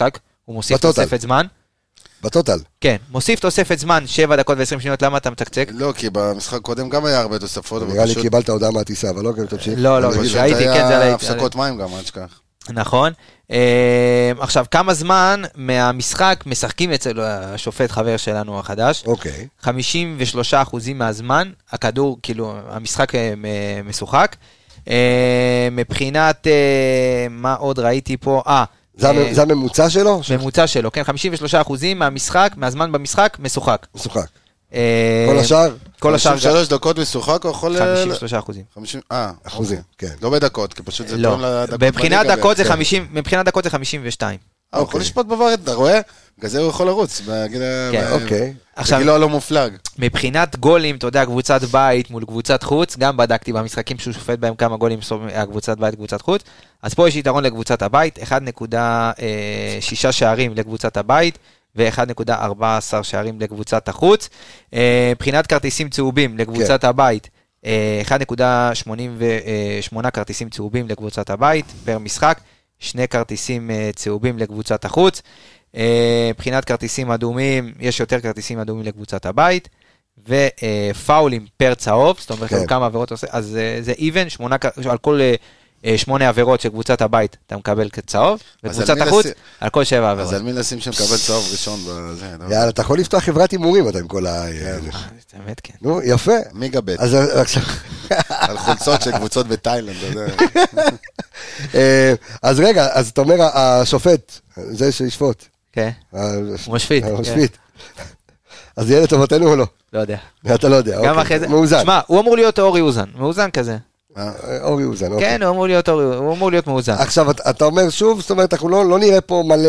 הוא מוסיף בטוטל. תוספת זמן. בטוטל. כן, מוסיף תוספת זמן, שבע דקות ועשרים שניות, למה אתה מצקצק? לא, כי במשחק קודם גם היה הרבה תוספות, אבל נראה לי פשוט... קיבלת הודעה מהטיסה, אבל לא, גם תמשיך. לא, לא, אני אגיד. שהייתי, כן, זה היה היה... הפסקות מים גם, עד שכך. נכון. אה, עכשיו, כמה זמן מהמשחק משחקים אצל השופט חבר שלנו החדש? אוקיי. חמישים ושלושה אחוזים מהזמן, הכדור, כאילו, המשחק אה, מ- משוחק. אה, מבחינת, אה, מה עוד ראיתי פה? אה, זה המ- אה, זה הממוצע שלו? ממוצע שלו, כן, חמישים ושלושה אחוזים מהמשחק, מהזמן במשחק, משוחק. משוחק. אה, כל השאר? כל השאר חמישים ושלוש דקות משוחק, הוא יכול... חמישים ושלושה אחוזים. חמישים... אה, אחוזים, כן. לא בדקות, כי פשוט זה לא, תואם לדקות. מבחינת בליגה דקות זה בעצם. חמישים, מבחינת דקות זה חמישים ושתיים. אה, הוא יכול לשפוט בבר, אתה רואה? בגלל זה הוא יכול לרוץ. בגיל ה... כן, ב- אוקיי. עכשיו- בגילו הלא מופלג. מבחינת גולים, אתה יודע, קבוצת בית מול קבוצת חוץ, גם בדקתי במשחקים שהוא שופט בהם כמה גולים הקבוצת בית קבוצת חוץ, אז פה יש יתרון לקבוצת הבית, אחד נקודה שש שערים לקבוצת הבית, ו-אחד נקודה ארבע עשרה שערים לקבוצת החוץ. אה, מבחינת כרטיסים צהובים לקבוצת הבית, אה, אחד נקודה שמונים ושמונה כרטיסים צהובים לקבוצת הבית פר משחק, שני כרטיסים אה, צהובים לקבוצת החוץ. אה, מבחינת כרטיסים אדומים, יש יותר כרטיסים אדומים לקבוצת הבית, ופאולים פר צהוב, זאת אומרת, כן. כן. כמה עבירות עושה, אז אה, זה איבן, שמונה, על כל אה, אה, שמונה עבירות של קבוצת הבית, אתה מקבל כצהוב, אז וקבוצת על מי החוץ, לשים- על כל שבע עבירות. אז על מי לשים שמקבל צהוב ראשון בזה? לא? יאללה, אתה יכול לפתוח חברת הימורים אתה עם כל ה... באמת כן. נו, יפה. מיגה בית. אז עכשיו... על חולצות של קבוצות בתאילנד, אתה יודע. אה, אז רגע, אז אתה אומר, השופט, זה שישפוט. כן, ה- הוא משפיט. הוא משפיט. אז יהיה לטובתנו או לא? לא יודע. אתה לא יודע, גם אוקיי. אחרי זה, מאוזן. שמע, הוא אמור להיות אורי אוזן, מאוזן כזה. אה, אורי אוזן, אוקיי. כן, הוא אמור להיות אורי, הוא אמור להיות מאוזן. עכשיו, אתה- אתה אומר שוב, זאת אומרת, אנחנו לא לא נראה פה מלא,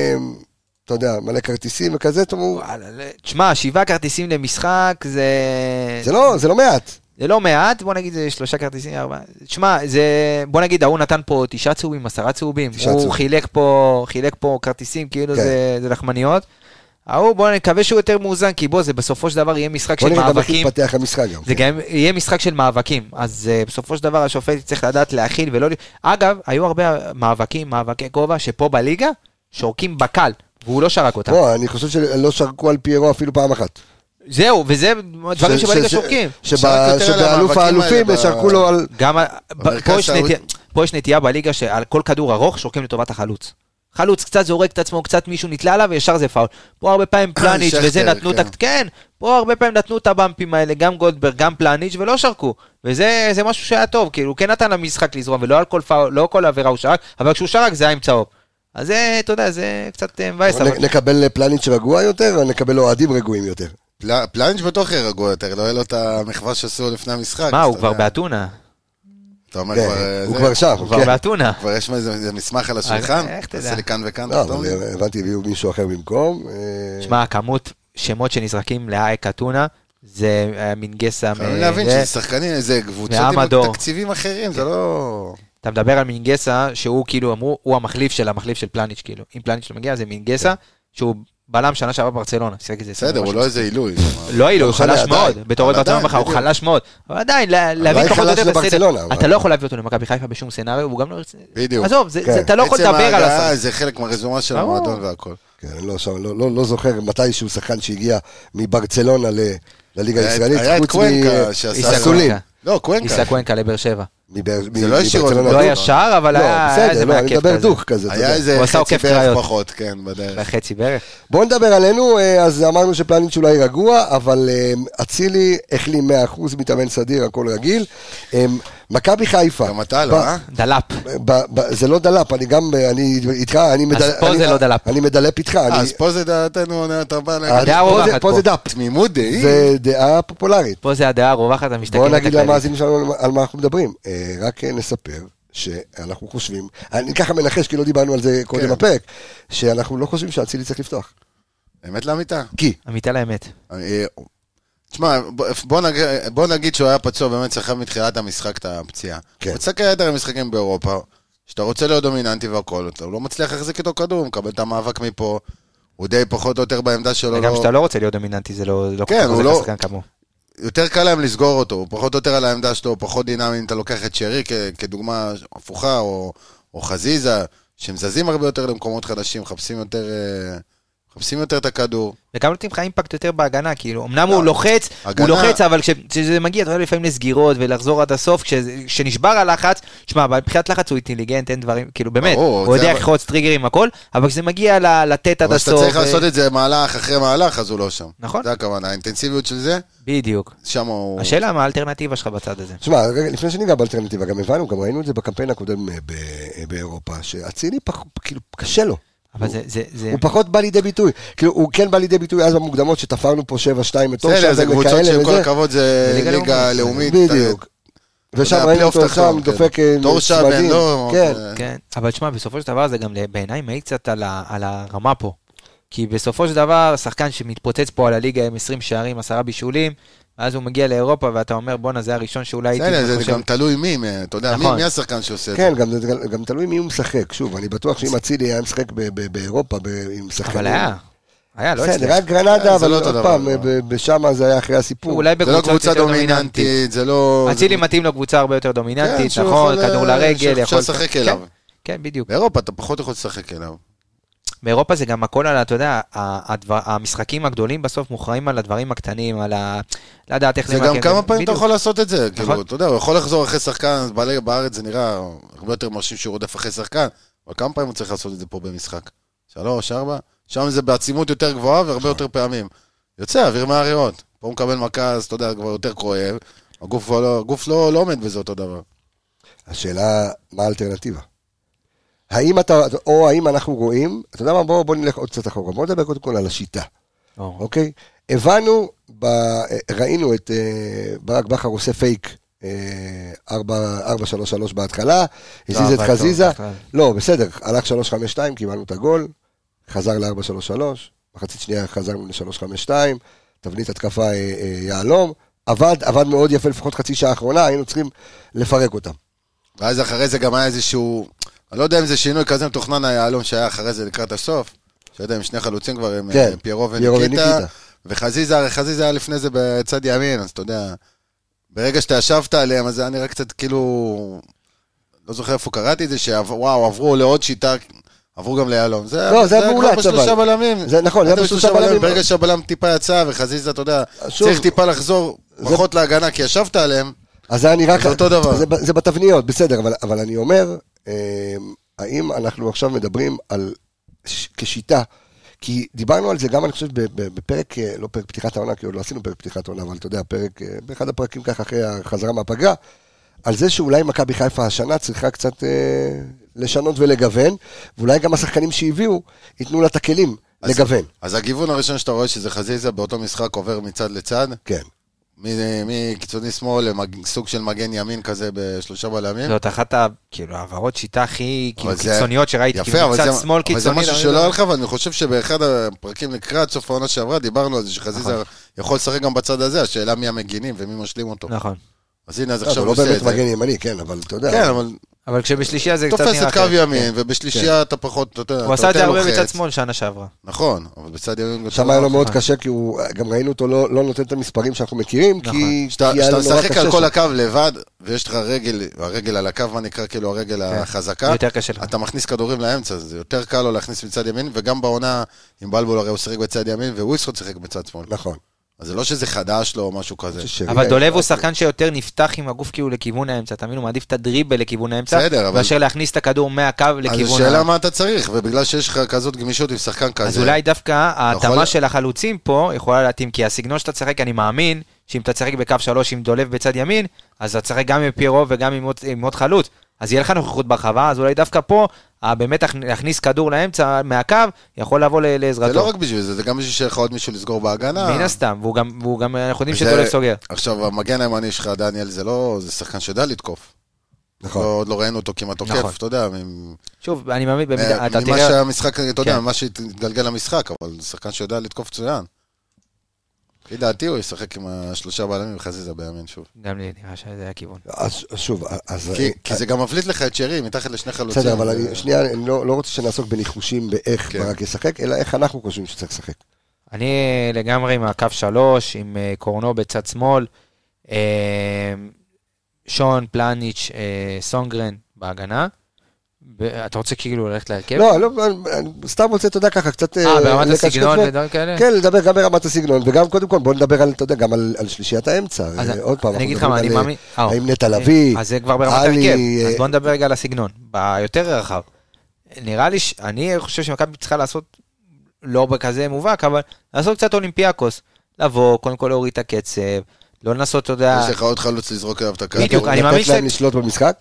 אתה יודע, מלא כרטיסים וכזה, אתה אומר, וואלה, תשמע, שבעה כרטיסים למשחק, זה... זה לא, זה לא מעט. זה לא מעט, בוא נגיד זה שלושה כרטיסים, ארבעה. תשמע, זה... בוא נגיד, ההוא נתן פה תשעה צהובים, עשרה צהובים. תשעה הוא צהובים. חילק פה, חילק פה כרטיסים, כאילו כן. זה, זה לחמניות. ההוא, בוא נקווה שהוא יותר מאוזן, כי בוא, זה בסופו של דבר יהיה משחק בוא של נראה גם איך מאבקים. יתפתח המשחק גם. זה גם יהיה משחק של מאבקים, אז uh, בסופו של דבר השופט צריך לדעת להכיל ולא... אגב, היו הרבה מאבקים, מאבקי גובה, שפה בליגה שורקים בקל, והוא לא שרק אותם. בוא, אני חושב שלא שרקו על פיירו אפילו פעם אחת. זהו, וזה דברים ש- שבליגה ש- שורקים. שב- שרק יותר על שבאלוף המאבקים האלופים האלה, שרקו ב- לו על... גם, ה- ב- במרכז פה יש סעודי. נטייה- פה יש נטייה בליגה שעל כל כדור ארוך שורקים לטובת החלוץ. חלוץ קצת זורק את עצמו, קצת מישהו נתלה עליו, וישר זה פאול. פה הרבה פעמים פלניץ' שכטר, וזה נתנו את כן. ה... כן, פה הרבה פעמים נתנו את הבמפים האלה, גם גולדברג, גם פלניץ' ולא שרקו. וזה זה משהו שהיה טוב, כאילו, כן נתן למשחק לזרום, ולא על כל פאול, לא כל עבירה הוא שרק, אבל כשהוא שרק זה היה עם צהוב. אז זה, אתה יודע, זה קצת אה, מבאס. אבל- נ- נקבל פלניץ' רגוע יותר, או נקבל אוהדים רגועים יותר? פל- פלניץ' בטוח יהיה רגוע יותר, לא יהיה לו את המחווה שעשו לפני המשחק. מה, אז הוא אתה כבר יודע. באתונה. אתה אומר כן, כבר... אה, הוא זה- כבר שם. הוא כבר כן. באתונה. כבר יש איזה איזה מסמך על השולחן? איך תדע? תעשה לי כאן וכאן. לא, תחתום אבל לי. הבנתי, הביאו מישהו אחר במקום. אה, שמע, הכמות שמות שנזרקים לאייק אתונה, זה אה, מינגסה. חייבים מ- להבין זה- שזה שחקנים, זה קבוצות מעמדו. עם תקציבים אחרים, זה לא... אתה מדבר על מינגסה, שהוא כאילו אמרו, הוא המחליף של המחליף של פלניץ', כאילו. אם פלניץ' לא מגיע, זה מינגסה, שהוא בלם שנה שעברה ברצלונה. שיחק איזה בסדר, עשרים הוא ומשהו. לא איזה עילוי. לא אילו, הוא משנה, חלש עדיין. מאוד. בתור אבל ברצלונה עדיין, מחר, הוא בדיוק. חלש מאוד. אבל עדיין, לה- להביא אולי פחות או חלש יותר בסדר. לברצלונה, אבל- אתה לא יכול להביא אותו למכבי חיפה בשום סצנריו, הוא גם לא ירצה... בדיוק. עזוב, זה- כן. זה- אתה לא יכול עצם לדבר על ההגעה הסרט. זה חלק מהרזומה של ברור. המועדון והכל. כן, אני לא, שם, לא, לא, לא זוכר מתישהו שחקן שהגיע מברצלונה ל, לליגה היה- הישראלית, היה את חוץ קוונקה מ- שעשה- איסק אסולין. קוונקה. לא, קוונקה. איסק קוונקה לבאר שבע. מבאר- זה לא ישירות, מברצלונה לא דוק. היה שער, אבל לא, היה היה בסדר, איזה לא, אני מעכב מדבר כזה. דוך כזה, אתה היה יודע. איזה הוא עשה חצי עוקף בערך קריות. פחות, כן, בדרך. חצי בערך. בואו נדבר עלינו, אה, אז אמרנו שפלניץ' אולי רגוע, אבל אה, אצילי החלים מאה אחוז מתאמן סדיר, הכל רגיל. אה, מכבי חיפה. גם אתה ב- לא, אה? דלאפ. ב- ב- זה לא דלאפ, אני גם, אני איתך, אני מדל- פה אני- זה לא דלאפ. אני מדלפ איתך. אני- אז פה זה דעתנו, אתה בא אה, להגיד. הדעה פה זה- הרווחת פה פה. זה דאפ. תמימות דעים. זה דעה פופולרית. פה זה הדעה הרווחת, המשתכנת בואו נגיד הכללית. למאזינים שלנו על מה אנחנו מדברים. אה, רק אה, נספר שאנחנו חושבים, אני ככה מנחש כי לא דיברנו על זה קודם כן. בפרק, שאנחנו לא חושבים שאצילי צריך לפתוח. אמת לאמיתה. כי, אמיתה לאמת. אה, תשמע, בוא- בוא נגיד- בוא נגיד שהוא היה פצוע, באמת סחב מתחילת המשחק את הפציעה. כן. הוא צחק היתר המשחקים באירופה, שאתה רוצה להיות דומיננטי והכל, אתה לא מצליח להחזיק איתו כדור, הוא מקבל את המאבק מפה, הוא די פחות או יותר בעמדה שלו. וגם לא- כשאתה לא רוצה להיות דומיננטי, זה לא לא כל כן, כך הוא עוזר לא- לשחקן כמוהו. יותר קל להם לסגור אותו, הוא פחות או יותר על העמדה שלו, הוא פחות דינמי אם אתה לוקח את שרי כ- כדוגמה הפוכה, או, או חזיזה, שמזזים הרבה יותר למקומות חדשים, מחפשים יותר, מחפשים יותר את הכדור. וגם נותנים לך אימפקט יותר בהגנה, כאילו, אמנם הוא לוחץ, הוא לוחץ, אבל כשזה מגיע, אתה יודע לפעמים לסגירות ולחזור עד הסוף, כשנשבר הלחץ, שמע, מבחינת לחץ הוא אינטליגנט, אין דברים, כאילו, באמת, הוא יודע איך לחוץ טריגרים, הכל, אבל כשזה מגיע לתת עד הסוף... אבל שאתה צריך לעשות את זה מהלך אחרי מהלך, אז הוא לא שם. נכון. זה הכוונה, האינטנסיביות של זה, בדיוק. שם הוא... השאלה, מה האלטרנטיבה שלך בצד הזה? תשמע, לפני שניגע באלטרנטיבה, גם הבנו, גם ראינו את זה בקמפיין הקודם באירופה, שאצילי כאילו קשה לו. אבל זה, זה, זה... הוא פחות בא לידי ביטוי, כאילו הוא כן בא לידי ביטוי אז במוקדמות שתפרנו פה שבע שתיים את בסדר, זה קבוצות שעם כל הכבוד זה ליגה לאומית. בדיוק. ושם ראינו אותו שם דופק צמדים. כן, אבל תשמע, בסופו של דבר זה גם בעיניי מעיק קצת על הרמה פה. כי בסופו של דבר, שחקן שמתפוצץ פה על הליגה עם עשרים שערים, עשרה בישולים, ואז הוא מגיע לאירופה, ואתה אומר, בואנה, זה הראשון שאולי הייתי חושב... זה גם תלוי מי, אתה יודע, מי השחקן שעושה את זה. כן, גם תלוי מי הוא משחק. שוב, אני בטוח שאם אצילי היה משחק באירופה, עם שחקנים... אבל היה, היה, לא אצלי. רק גרנדה, אבל עוד פעם, בשם זה היה אחרי הסיפור. אולי בקבוצות יותר דומיננטית. זה לא... אצילי מתאים לו קבוצה הרבה יותר דומיננטית, נכון, כדור לרגל, אפשר לשחק אליו. כן, בדיוק. באירופה אתה פחות יכול לשחק אליו. באירופה זה גם הכל על, אתה יודע, הדבר, המשחקים הגדולים בסוף מוכרעים על הדברים הקטנים, על ה... לדעת איך... זה גם כמה פעמים אתה יכול לעשות את זה, כאילו, אתה יודע, הוא יכול לחזור אחרי שחקן, בארץ זה נראה הרבה יותר מרשים שהוא רודף אחרי שחקן, אבל כמה פעמים הוא צריך לעשות את זה פה במשחק? שלוש, ארבע? שם זה בעצימות יותר גבוהה והרבה יותר פעמים. יוצא, אוויר מהריאות. פה הוא מקבל מכה, אז אתה יודע, כבר יותר כואב, הגוף לא עומד בזה אותו דבר. השאלה, מה האלטרנטיבה? האם אתה, או האם אנחנו רואים, אתה יודע מה, בואו בוא נלך עוד קצת אחורה, בואו נדבר קודם כל על השיטה, oh. אוקיי? הבנו, ב, ראינו את uh, ברק בכר עושה פייק, ארבע שלוש שלוש בהתחלה, הזיז את חזיזה, לא, בסדר, הלך שלוש חמש שתיים, קיבלנו את הגול, חזר ל-ארבע שלוש שלוש, מחצית שנייה חזרנו ל-שלוש חמש שתיים, תבנית התקפה uh, uh, יעלום, עבד, עבד מאוד יפה, לפחות חצי שעה האחרונה, היינו צריכים לפרק אותם. ואז אחרי זה גם היה איזשהו... אני לא יודע אם זה שינוי כזה מתוכנן היעלום שהיה אחרי זה לקראת הסוף, שיודע עם שני חלוצים כבר, עם כן, פיירו וניקיטה, וחזיזה, הרי חזיזה היה לפני זה בצד ימין, אז אתה יודע, ברגע שאתה ישבת עליהם, אז זה היה נראה קצת כאילו, לא זוכר איפה קראתי את זה, שוואו, עברו לעוד שיטה, עברו גם ליעלום. זה, לא, זה, זה כבר בשלושה בלמים. זה נכון, זה בשלושה בלמים. ברגע שהבלם טיפה יצא, וחזיזה, אתה יודע, שוב, צריך טיפה לחזור, פחות זה... להגנה, כי ישבת עליהם, אז זה נראה זה אותו דבר. זה, זה בתבניות, בסדר, אבל, אבל אני אומר, האם אנחנו עכשיו מדברים על כשיטה, כי דיברנו על זה גם אני חושב בפרק, לא פרק פתיחת העונה, כי עוד לא עשינו פרק פתיחת העונה, אבל אתה יודע, פרק, באחד הפרקים ככה אחרי החזרה מהפגרה, על זה שאולי מכבי חיפה השנה צריכה קצת אה, לשנות ולגוון, ואולי גם השחקנים שהביאו ייתנו לה את הכלים אז, לגוון. אז הגיוון הראשון שאתה רואה שזה חזיזה באותו משחק עובר מצד לצד, כן. מקיצוני שמאל לסוג של מגן ימין כזה בשלושה בלמים. זאת אחת העברות שיטה הכי קיצוניות שראיתי, יפה, אבל זה משהו שלא הלכה, ואני חושב שבאחד הפרקים לקראת סוף העונה שעברה, דיברנו על זה שחזיזה יכול לשחק גם בצד הזה, השאלה מי המגינים ומי משלים אותו. נכון. אז הנה, אז עכשיו הוא לא באמת מגן ימני, כן, אבל אתה יודע. כן, אבל... אבל כשבשלישייה זה קצת נראה תופס את קו ימין, ובשלישייה אתה פחות... הוא עשה את זה הרבה בצד שמאל שנה שעברה. נכון, אבל בצד ימין... שם היה לו מאוד קשה, כי גם ראינו אותו לא נותן את המספרים שאנחנו מכירים, כי... כשאתה משחק על כל הקו לבד, ויש לך רגל, הרגל על הקו, מה נקרא כאילו הרגל החזקה, אתה מכניס כדורים לאמצע, זה יותר קל לו להכניס בצד ימין, וגם בעונה, עם בלבול הרי הוא שיחק בצד ימין, וויסקוט שיחק בצד שמאל. נכון. אז זה לא שזה חדש לו או משהו כזה. אבל דולב הוא שחקן שיותר נפתח עם הגוף כאילו לכיוון האמצע, תמיד הוא מעדיף את הדריבל לכיוון האמצע, ואשר להכניס את הכדור מהקו לכיוון... אז השאלה מה אתה צריך, ובגלל שיש לך כזאת גמישות עם שחקן כזה... אז אולי דווקא ההתאמה של החלוצים פה יכולה להתאים, כי הסגנון שאתה צחק, אני מאמין, שאם אתה צחק בקו שלוש עם דולב בצד ימין, אז אתה צחק גם עם פיירו וגם עם עוד חלוץ. אז יהיה לך נוכחות ברחבה, אז אולי דווקא פה, באמת להכניס כדור לאמצע מהקו, יכול לבוא לעזרתו. זה לא רק בשביל זה, זה גם בשביל שיהיה לך עוד מישהו לסגור בהגנה. מן הסתם, והוא גם, אנחנו יודעים שדולב סוגר. עכשיו, המגן הימני שלך, דניאל, זה לא, זה שחקן שיודע לתקוף. נכון. עוד לא ראינו אותו כמעט תוקף, אתה יודע. שוב, אני מאמין במידה, אתה תראה... ממה שהמשחק, אתה יודע, ממה שהתגלגל למשחק, אבל זה שחקן שיודע לתקוף מצוין. לדעתי הוא ישחק עם השלושה בעלמים וחזיזה בימין שוב. גם לי נראה שזה היה כיוון. אז שוב, אז... כי זה גם מבליט לך את שרי, מתחת לשני חלוצים. בסדר, אבל שנייה, אני לא רוצה שנעסוק בניחושים באיך ברק ישחק, אלא איך אנחנו חושבים שצריך לשחק. אני לגמרי עם הקו שלוש, עם קורנו בצד שמאל, שון, פלניץ', סונגרן בהגנה, אתה רוצה כאילו ללכת להרכב? לא, לא, אני סתם רוצה, אתה יודע, ככה, קצת... אה, ברמת לקשקש הסגנון ו- ודברים כאלה? כן, לדבר גם ברמת הסגנון, וגם, קודם כל, בוא נדבר על, אתה יודע, גם על על שלישיית האמצע. אז אה, עוד פעם, אני אנחנו אגיד לך מה, מדברים אני על, מאמין... אה, אה, האם נטע לביא, אז זה כבר ברמת עלי, הרכב. אה, אז בוא נדבר רגע על הסגנון. ביותר רחב. נראה לי, ש- אני חושב שמכבי צריכה לעשות, לא בכזה מובהק, אבל לעשות קצת אולימפיאקוס. לבוא, קודם כל להוריד את הקצב, לא לנסות, אתה יודע... יש לך עוד חלוץ לזרוק אליו את הכדור. בדיוק, אני מאמין לתת להם ש- לשלוט במשחק?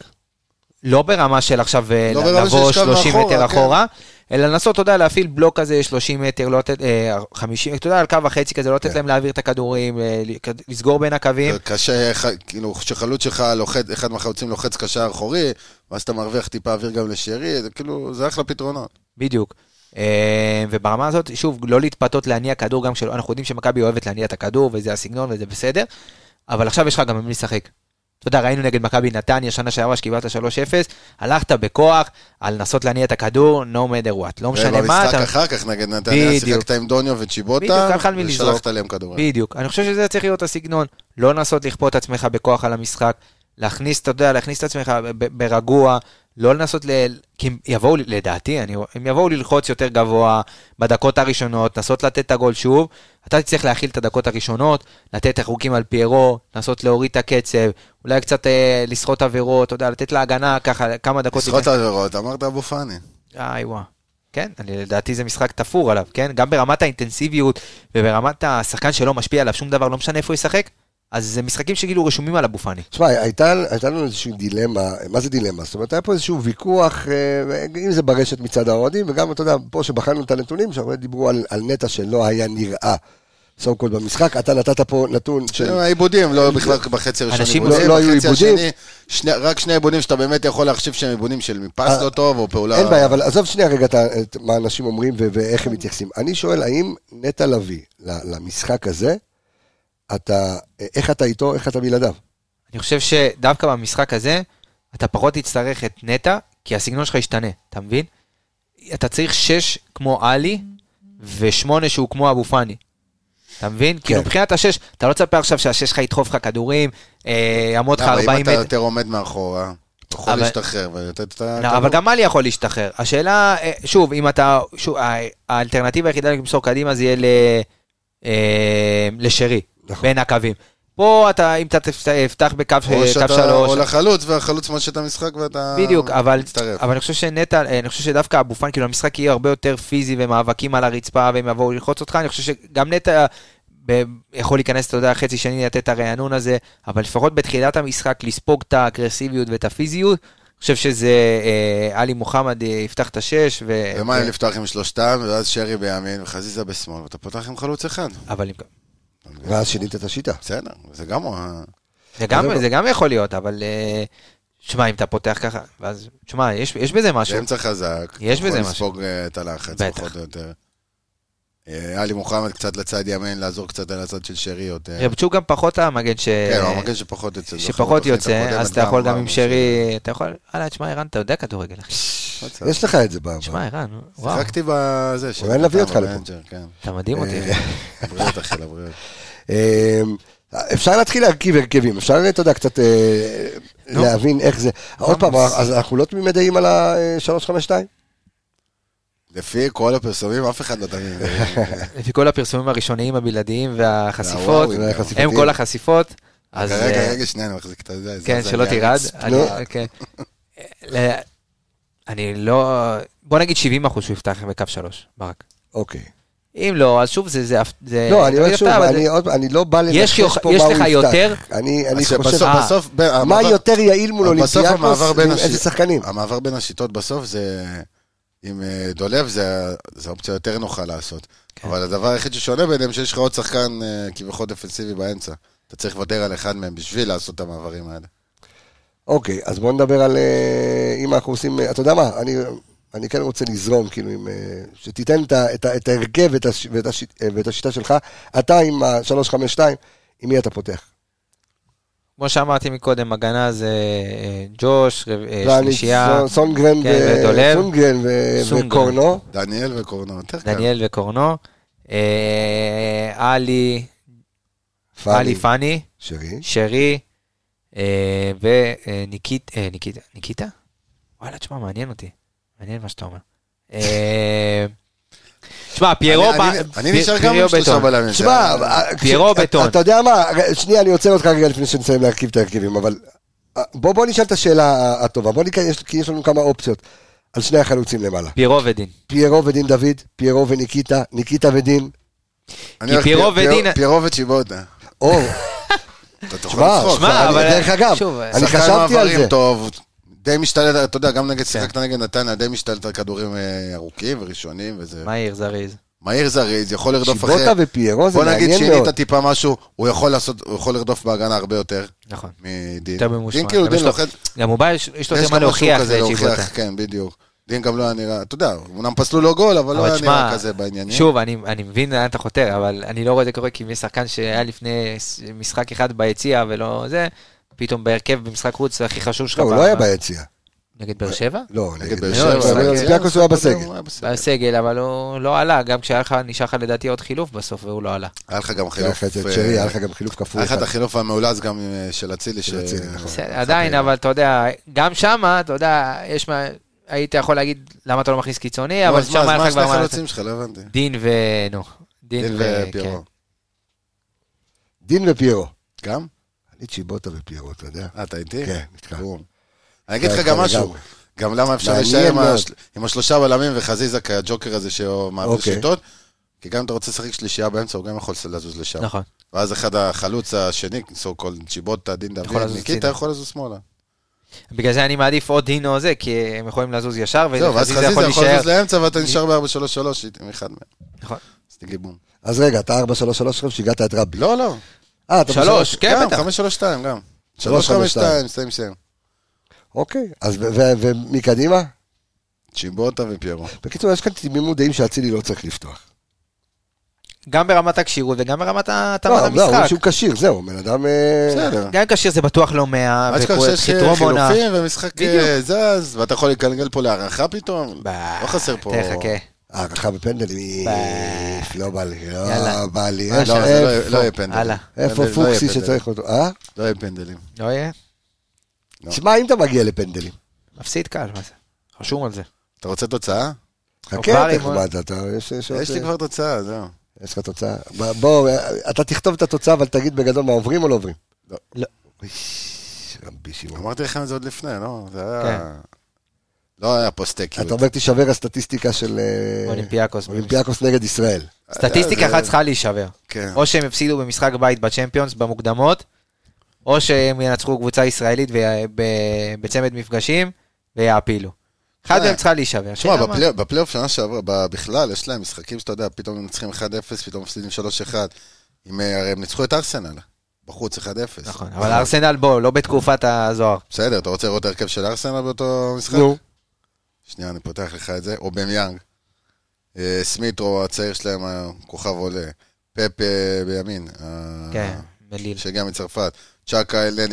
לא ברמה של עכשיו לא ברמה לבוא שיש קו שלושים מאחורה, מטר כן. אחורה, אלא לנסות, אתה יודע, להפעיל בלוק כזה שלושים מטר, לא לתת, אה, חמישים, אתה יודע, על קו וחצי כזה, לא לתת להם להעביר את הכדורים, אה, לסגור בין הקווים. קשה, כאילו, שחלוץ שלך לוחץ, אחד מהחלוצים לוחץ קשר אחורי, ואז אתה מרוויח טיפה אוויר גם לשרי, זה כאילו, זה אחלה פתרונות. בדיוק. אה, וברמה הזאת, שוב, לא להתפתות להניע כדור, גם כשאנחנו יודעים שמכבי אוהבת להניע את הכדור, וזה הסגנון וזה בסדר, אבל עכשיו יש לך גם מי לשחק. אתה יודע, ראינו נגד מכבי נתניה, שנה שעברה שקיבלת שלוש אפס, הלכת בכוח, על לנסות להניע את הכדור, no matter what, לא משנה מה. ובמשחק אתה... אחר כך נגד נתניה, שיחקת עם דוניו בדיוק, וצ'יבוטה, ככה על מי לזרוק. ושלחת עליהם כדורים. בדיוק, אני חושב שזה צריך להיות הסגנון, לא לנסות לכפות את עצמך בכוח על המשחק, להכניס, אתה יודע, להכניס את עצמך ב- ברגוע, לא לנסות, ל... כי הם יבואו, לדעתי, אני... הם יבואו ללחוץ יותר גבוה בדקות הראשונות, לנסות לתת את הגול שוב, אתה תצטרך להכיל את הדקות הראשונות, לתת את החוקים על פיירו, לנסות להוריד את הקצב, אולי קצת אה, לשחות עבירות, אתה יודע, לתת להגנה ככה כמה דקות. לשחות עבירות, אמרת אבו פאני. איי וואו. כן, אני, לדעתי זה משחק תפור עליו, כן? גם ברמת האינטנסיביות וברמת השחקן שלא משפיע עליו, שום דבר לא משנה איפה הוא ישחק, אז זה משחקים שגילו רשומים על אבו פאני. תשמע, הייתה, הייתה לנו איזושהי דילמה, מה זה דילמה? זאת אומרת, היה פה איזשהו ויכוח, אה, אם זה ברשת מצד האוהדים, וגם, אתה יודע, פה שבחנו את הנתונים, שהרבה דיברו על, על נטע שלא היה נראה, סוף כל במשחק, אתה נתת פה נתון של... העיבודים, לא בכלל בחצי הראשון. אנשים עיבודים, לא היו בחצי עיבודים. השני, שני- רק שני עיבודים שאתה באמת יכול להחשיב שהם עיבודים של מפס לא טוב, או פעולה... אין בעיה, אבל עזוב שנייה רגע את ה- את מה אנשים אומרים ו- ואיך הם מתייחסים. אני שואל, האם נטע לביא, ל- למשחק הזה, אתה, איך אתה איתו, איך אתה בלעדיו? אני חושב שדווקא במשחק הזה, אתה פחות תצטרך את נטע, כי הסגנון שלך ישתנה, אתה מבין? אתה צריך שש כמו עלי, ושמונה שהוא כמו אבו פאני. אתה מבין? כאילו מבחינת השש, אתה לא תצפה עכשיו שהשש לך ידחוף לך כדורים, אה, יעמוד לך ארבעים אם אתה מטר. יותר עומד מאחורה, אתה יכול אבל- להשתחרר ולתת את ה... לא, אבל גם עלי יכול להשתחרר. השאלה, אה, שוב, אם אתה, שוב, ה- האלטרנטיבה היחידה למסור קדימה זה יהיה ל- אה, לשרי, נכון. בין הקווים. פה אתה, אם אתה תפתח בקו או קו שאתה, שלוש, או לחלוץ, והחלוץ משה את המשחק ואתה... בדיוק, אבל, מצטרף. אבל אני חושב שנטע, אני חושב שדווקא אבו פאני, כאילו המשחק יהיה הרבה יותר פיזי ומאבקים על הרצפה, והם יבואו ללחוץ אותך, אני חושב שגם נטע ב- יכול להיכנס, אתה יודע, חצי שני לתת את הרענון הזה, אבל לפחות בתחילת המשחק, לספוג את האגרסיביות ואת הפיזיות, אני חושב שזה אה, עלי מוחמד אה, יפתח את השש, ו... ומה אם לפתוח עם שלושתם, ואז שרי בימין וחזיזה בשמאל, ואתה פותח עם חלוץ אחד. אבל ואז שינית את השיטה. בסדר, זה גם... זה גם, אבל- זה גם יכול להיות, אבל אה, שמע, אם אתה פותח ככה, ואז, שמע, יש, יש בזה משהו. באמצע חזק. יש בזה יכול משהו. לספוג אה, את הלחץ, בטח. פחות או יותר. אה, עלי מוחמד קצת לצד ימין, לעזור קצת על הצד של שרי יותר. רבצ'וק גם פחות המגן ש... כן, הוא המגן שפחות יוצא. שפחות יוצא, אז אתה יכול גם עם אמרנו שרי, אתה יכול, הלאה, תשמע, ערן, אתה יודע כדורגל, אחי. יש לך את זה בעבר. תשמע, ערן, וואו, שיחקתי בזה. אולי נביא אותך לפה. במנג'ר, כן. אתה מדהים אותי. לבריאות, אחי, לבריאות. אמ, אפשר להתחיל להרכיב הרכבים, אפשר, אתה יודע, קצת אה, נו. להבין איך זה. עוד פעם, אז אנחנו לא תמימי דעים על ה-שלוש חמש שתיים? לפי כל הפרסומים, אף אחד לא תמיד. לפי כל הפרסומים הראשוניים, הבלעדיים והחשיפות, והוואו, הם כל החשיפות, אז... רגע, אה, רגע, שנייה, אני מחזיק את זה. כן, זה- שלא זה תירד. יריץ. אני- כן. ל- אני לא... בוא נגיד שבעים אחוז שהוא יפתח בקו שלוש, ברק. אוקיי. אם לא, אז שוב, זה... זה- זה- לא, אני אומר זה- שוב, אבל אני זה- עוד- אני לא בא יש לנחש לך- פה יש מה הוא לך יפתח. יותר? אני אני אז חושב, שבסוף- אה. בסוף, ב- מה המעבר- יותר יעיל מול בסוף אולימפיאקוס, המעבר בין עם הש- איזה שחקנים? המעבר בין השיטות בסוף זה, עם אה, דולב, זה זה האופציה יותר נוחה לעשות. כן. אבל הדבר היחיד ששונה ביניהם, שיש לך עוד שחקן אה, כביכול דפנסיבי באמצע. אתה צריך לוותר על אחד מהם בשביל לעשות את המעברים האלה. אוקיי, אז בואו נדבר על אה, אם אנחנו עושים, אתה יודע מה, אני... אני כן רוצה לזרום, כאילו, עם, אה, שתיתן את ה- את ה- את ההרכב ואת הש- ואת הש- אה, ואת השיטה שלך, אתה עם ה-שלוש חמש שתיים, עם מי אתה פותח? כמו שאמרתי מקודם, הגנה זה אה, ג'וש, רב- אה, ואני- שלישייה, סון- סונגרן כן, ו- ודולב. סונגרן ו- סונגרן. וקורנו. דניאל וקורנו, יותר קל. דניאל וקורנו, אה, עלי, עלי פאני, שרי. שרי, אה, וניקיטה, ניקיטה? וואלה, תשמע, מעניין אותי. מעניין מה שאתה אומר. תשמע, פיירו... אני נשאר גם עם שלושה בלמים. תשמע, פיירו בטון. אתה יודע מה, שנייה, אני רוצה אותך רגע לפני שנסיים להרכיב את ההרכיבים, אבל בוא נשאל את השאלה הטובה, בוא נקרא, כי יש לנו כמה אופציות על שני החלוצים למעלה. פיירו ודין. פיירו ודין דוד, פיירו וניקיטה, ניקיטה ודין. כי פיירו ודין... פיירו וצ'יבוטה. או, שמע, דרך אגב, אני חשבתי על זה. טוב, די משתלט, אתה יודע, גם נגד שיחקת נגד נתניה, די משתלט על כדורים ארוכים וראשונים וזה. מהיר זריז. מהיר זריז, יכול לרדוף אחרי... שיבוטה ופיירו זה מעניין מאוד. בוא נגיד שינית טיפה משהו, הוא יכול לעשות, הוא יכול לרדוף בהגנה הרבה יותר. נכון. מדין. יותר ממושמע. דין כאילו, דין לוחד... גם הוא בא, יש לו מה להוכיח לשיבוטה. כן, בדיוק. דין גם לא היה נראה, אתה יודע, אמנם פסלו לו גול, אבל לא היה נראה כזה בעניינים. שוב, אני מבין לאן אתה חותר, אבל אני לא רואה את זה קורה, כי מי שחקן שהיה לפני משחק אחד ביציאה ולא זה, פתאום בהרכב במשחק חוץ הכי חשוב שלך. הוא לא היה ביציאה. נגד באר שבע? לא, נגד באר שבע. אולימפיאקוס הוא היה בסגל. בסגל, אבל הוא לא עלה, גם כשהיה לך, נשאר לך לדעתי עוד חילוף בסוף, והוא לא עלה. היה לך גם חילוף. היה לך גם חילוף כפול. היה לך את החילוף המאולץ גם של אצילי. עדיין, אבל אתה יודע, גם שמה, אתה יודע, יש מה... היית יכול להגיד למה אתה לא מכניס קיצוני, אבל שם היה לך כבר... מה שני חלוצים שלך, לא הבנתי. דין ו... נו. דין ופיירו. דין ופיירו. גם? אני צ'יבוטה ופיירו, אתה יודע? אה, אתה איתי? כן, נתקע. אני אגיד לך גם משהו. גם למה אפשר להישאר עם השלושה בלמים וחזיזה כג'וקר הזה שמעביר שיטות, כי גם אם אתה רוצה לשחק שלישייה באמצע, הוא גם יכול לזוז לשם. נכון. ואז אחד החלוץ השני, סו-קול צ'יבוטה, דין דוד, ניקיטה יכול לזוז שמאלה. בגלל זה אני מעדיף עוד דין או זה, כי הם יכולים לזוז ישר, וחזיזה יכול לזוז לאמצע, ואתה נשאר ב-ארבע שלוש שלוש עם אחד מהם. נכון. אז תגיע בום. אז רגע, אתה ארבע שלוש שלוש עכשיו שהגעת את רבי. לא, לא. אה, אתה שלוש, כן, בטח. חמש שלוש שתיים גם. שלוש חמש שתיים, סיים סיים. אוקיי, אז ומקדימה? צ'יבוטה ופיירו. בקיצור, יש כאן תמימות דעים שאצילי לא צריך לפתוח. גם ברמת הקשירות וגם ברמת התאמת המשחק. המשחק. לא, שהוא קשיר, זהו, בן אדם... בסדר. גם קשיר זה בטוח לא מאה, וקוראת חילופים ומשחק זז, ואתה יכול לגלגל פה להערכה פתאום. לא חסר פה... תחכה. הערכה בפנדלים, לא בא לי, לא בא לי. לא, זה לא יהיה פנדלים. איפה פוקסי שצריך אותו, אה? לא יהיה פנדלים. לא יהיה? תשמע, אם אתה מגיע לפנדלים. מפסיד קל, מה זה? חשוב על זה. אתה רוצה תוצאה? חכה, תחמד, אתה... יש לי כבר תוצאה, זהו. יש לך תוצאה. בוא, אתה תכתוב את התוצאה, אבל תגיד בגדול מה עוברים או לא עוברים. לא. לא. רבי שמעון. אמרתי לכם את זה עוד לפני, לא? זה היה... לא היה פה סטקיות. אתה אומר תישבר הסטטיסטיקה של... אולימפיאקוס. אולימפיאקוס נגד ישראל. סטטיסטיקה אחת צריכה להישבר. או שהם הפסידו במשחק בית בצ'מפיונס במוקדמות, או שהם ינצחו קבוצה ישראלית בצמד מפגשים ויעפילו. אחד מהם צריכה להישבר. תשמע, בפלייאוף שנה שעברה, בכלל, יש להם משחקים שאתה יודע, פתאום הם נצחים אחד אפס, פתאום מפסידים שלוש אחד. הם ניצחו את ארסנל, בחוץ אחד אפס. נכון, אבל ארסנל בוא, לא בתקופת הזוהר. בסדר, אתה רוצה לראות הרכב של ארסנל באותו משחק? נו. שנייה, אני פותח לך את זה. או במיאנג. סמיטרו, הצעיר שלהם, הכוכב עולה. פפ בימין. כן, מליל. שהגיע מצרפת. צ'אקה אלני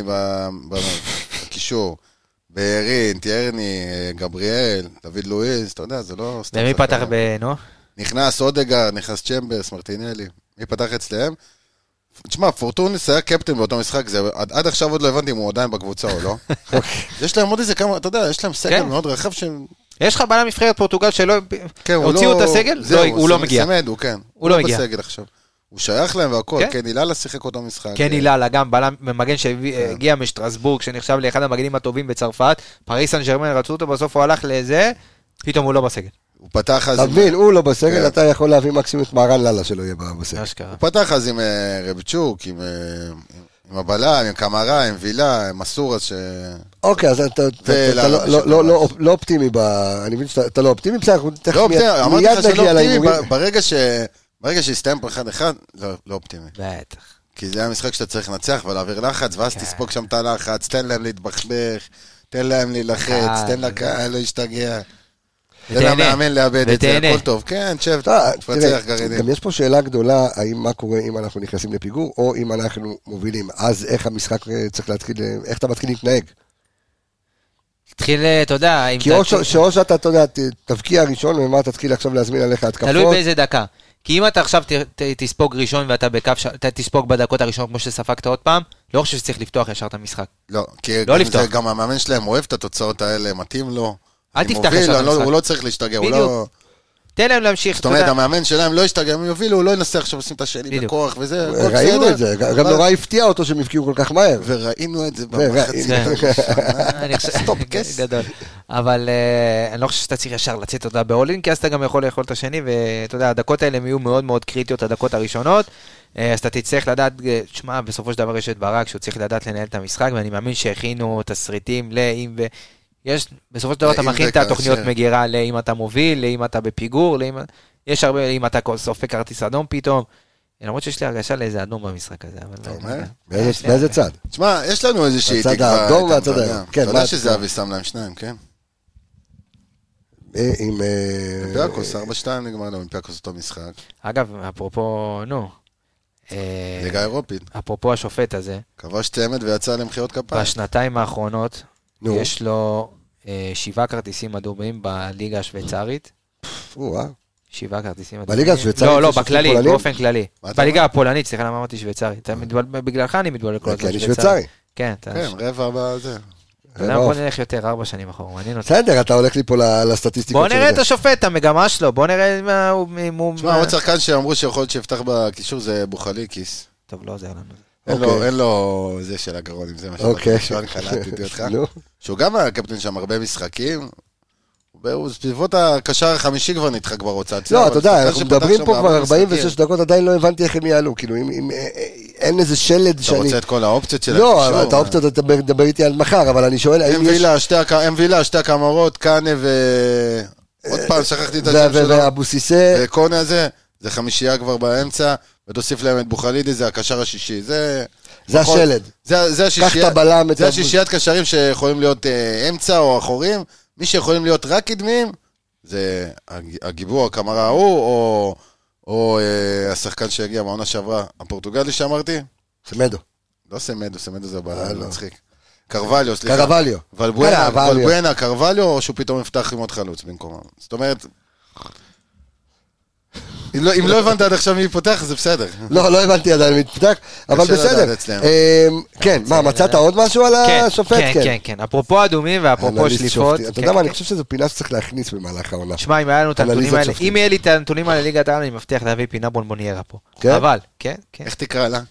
בקישור. בערין, טיירני, גבריאל, דוד לואיז, אתה יודע, זה לא... ומי פתח בנו? נכנס אודגר, נכנס צ'מברס, מרטינלי. מי פתח אצלם? תשמע, פורטוניס היה קפטן באותו משחק, עד עכשיו עוד לא הבנתי אם הוא עדיין בקבוצה או לא. יש להם עוד איזה כמה, אתה יודע, יש להם סגל מאוד רחב שהם... יש לך בנה נבחרת פורטוגל שלא... הוציאו את הסגל? הוא לא מגיע. סמד, הוא כן. הוא לא מגיע. בסגל עכשיו. הוא שייך להם והכל, כן, איללה שיחק אותו משחק. כן, איללה, גם בלם מגן שהגיע משטרסבורג, שנחשב לאחד המגנים הטובים בצרפת, פריס סן ז'רמן רצו אותו, בסוף הוא הלך לזה, פתאום הוא לא בסגל. הוא פתח אז... תבין, הוא לא בסגל, אתה יכול להביא מקסימום את מהרן ללה שלא יהיה בסגל. הוא פתח אז עם רבצ'וק, עם הבלם, עם קמרה, עם וילה, עם מסור, אז ש... אוקיי, אז אתה לא אופטימי, אני מבין שאתה לא אופטימי, לא אופטימי, אמרתי לך שלא אופטימי, ברגע ש... ברגע שהסתיים פה אחד אחד, לא אופטימי. בטח. כי זה היה משחק שאתה צריך לנצח ולהעביר לחץ, ואז תספוג שם את הלחץ, תן להם להתבחבך, תן להם להילחץ, תן לקהל לא ישתגע. תן למאמן לאבד את זה, הכל טוב. כן, שב, תפצח גרעינים. גם יש פה שאלה גדולה, האם מה קורה אם אנחנו נכנסים לפיגור, או אם אנחנו מובילים. אז איך המשחק צריך להתחיל, איך אתה מתחיל להתנהג? תתחיל, אתה יודע... כי או שאתה, אתה יודע, תבקיע ראשון, ומה תתחיל עכשיו להזמין עליך התקפות. תלוי באיזה דקה. כי אם אתה עכשיו ת, ת, תספוג ראשון ואתה בקו, ש... אתה תספוג בדקות הראשונות כמו שספגת עוד פעם, לא חושב שצריך לפתוח ישר את המשחק. לא, כי לא גם, לפתוח. זה, גם המאמן שלהם אוהב את התוצאות האלה, מתאים לו. אל תפתח מוביל, ישר את לא, המשחק. הוא לא צריך להשתגע, הוא בדיוק. לא... תן להם להמשיך. זאת אומרת, המאמן שלהם לא ישתגע, הם יובילו, הוא לא ינסה עכשיו לשים את השני בדיוק. בכוח וזה. הכל ראינו בסדר. את זה, גם נורא הפתיע אותו שהם הפקיעו כל כך מהר. וראינו את זה וראינו. במחצית הראשונה. אני חושב- סטופ קס. גדול. אבל אה, אני לא חושב שאתה צריך ישר לצאת, אתה יודע, באולין, כי אז אתה גם יכול לאכול את השני, ואתה יודע, הדקות האלה הם יהיו מאוד מאוד קריטיות, הדקות הראשונות, אה, אז אתה תצטרך לדעת, אה, תשמע, בסופו של דבר יש את ברק, שהוא צריך לדעת לנהל את המשחק, ואני מאמין שהכינו תסריטים לאם ו... יש, בסופו של דבר אתה לאם מכין את וכאשר. התוכניות מגירה, לאם אתה מוביל, לאם אתה בפיגור, לאם... יש הרבה, אם אתה סופק כרטיס אדום פתאום, למרות שיש לי הרגשה לאיזה אדום במשחק הזה, אבל... אתה אומר? באיזה באיזה צד? תשמע, יש לנו איזושהי הצד תקווה. האדום איתן, והצד אתה יודע. הירוק. כן, אתה מה יודע התקווה? שזהבי שם להם שניים, כן? אה, עם... אה, אולימפיאקוס, ארבע שתיים נגמר לאולימפיאקוס אותו משחק. אגב, אפרופו, נו, אה, ליגה אירופית. אפרופו השופט הזה, כבש צמד ויצא למחיאות כפיים. בשנתיים האחרונות, נו. יש לו אה, שבעה כרטיסים אדומים בליגה השוויצרית. או-אה. שבעה כרטיסים אדומים. בליגה השוויצרית לא, לא, יש שופטים בכללי, פולנים? באופן כללי. מה אתה בליגה הפולנית, סליחה, למה אמרתי שוויצרי? אתה מתבלבל- בגללך אני מתבלבל כל כי הזמן אני שוויצרי. כן, אתה... כן, רבע בזה. אתה יודע, בוא נלך יותר ארבע שנים אחורה, מעניין אותי. בסדר, אתה הולך לי פה ל- לסטטיסטיקות בוא של נראה זה. את השופט, המגמה שלו, בוא נראה מה הוא... אם הוא- תשמע, עוד שחקן שאמרו שיכול להיות שיפתח בקישור זה בוכליקיס. טוב, לא עוזר לנו. אין לו- אוקיי. אין לו זה של הגרון, אם זה מה אוקיי. שואל, קלטתי אותך. נו. שהוא גם היה קפטן שם הרבה משחקים. הוא סביבות הקשר החמישי כבר נדחק ברוטציה. לא, אבל אתה יודע, שחקן אנחנו שפתח מדברים שם פה כבר הרבה ארבעים ושש משחקים. דקות, עדיין לא הבנתי איך הם יעלו, כאילו, אם- אם- אה, אה, אין איזה שלד אתה שאני... רוצה את כל האופציות של לא, הקישור? את האופציות אתה מדבר איתי על מחר, אבל אני שואל, האם הם יש... וילה, שתי הק- הם וילה, שתי הקמרות, קאנה ו... עוד פעם, שכחתי את ו- השם ו- שלו. ואבו סיסא, וקונה הזה, זה חמישייה כבר באמצע, ותוסיף להם את בוכלידי, זה הקשר השישי. זה... זה פחות- השלד. זה, זה השישייה, את הבלם, את זה ה- השישיית קשרים שיכולים להיות אה, אמצע או אחורים. מי שיכולים להיות רק קדמיים, זה הג- הגיבור, הקמרה ההוא, או, או אה, השחקן שהגיע מהעונה שעברה, הפורטוגלי שאמרתי. סמדו. לא סמדו, סמדו זה אה, בלם, לא. מצחיק. קרווליו, סליחה. קרווליו. ולבואנה, קרווליו. ולבואנה, קרווליו, או שהוא פתאום יפתח עם עוד חלוץ במקומם. זאת אומרת, אם לא, אם לא הבנת עד עכשיו מי פותח, זה בסדר. לא, לא הבנתי עדיין מתפתח, אבל קשה לדעת בסדר. אצלם. אמ, כן, מה, מצאת עוד משהו על כן, השופט? כן, כן, כן. אפרופו אדומים ואפרופו אנליסט שליפות. שופטים. אתה כן, יודע מה, כן. אני חושב שזו פינה שצריך להכניס במהלך העונה. שמע, אם היה לנו את הנתונים אנליזת האלה, שופטים. אם יהיה לי את הנתונים האלה ליגת העל, אני מבטיח להביא פינה בונבוניירה פה. כן? אבל, כן, כן. איך תקרא לה?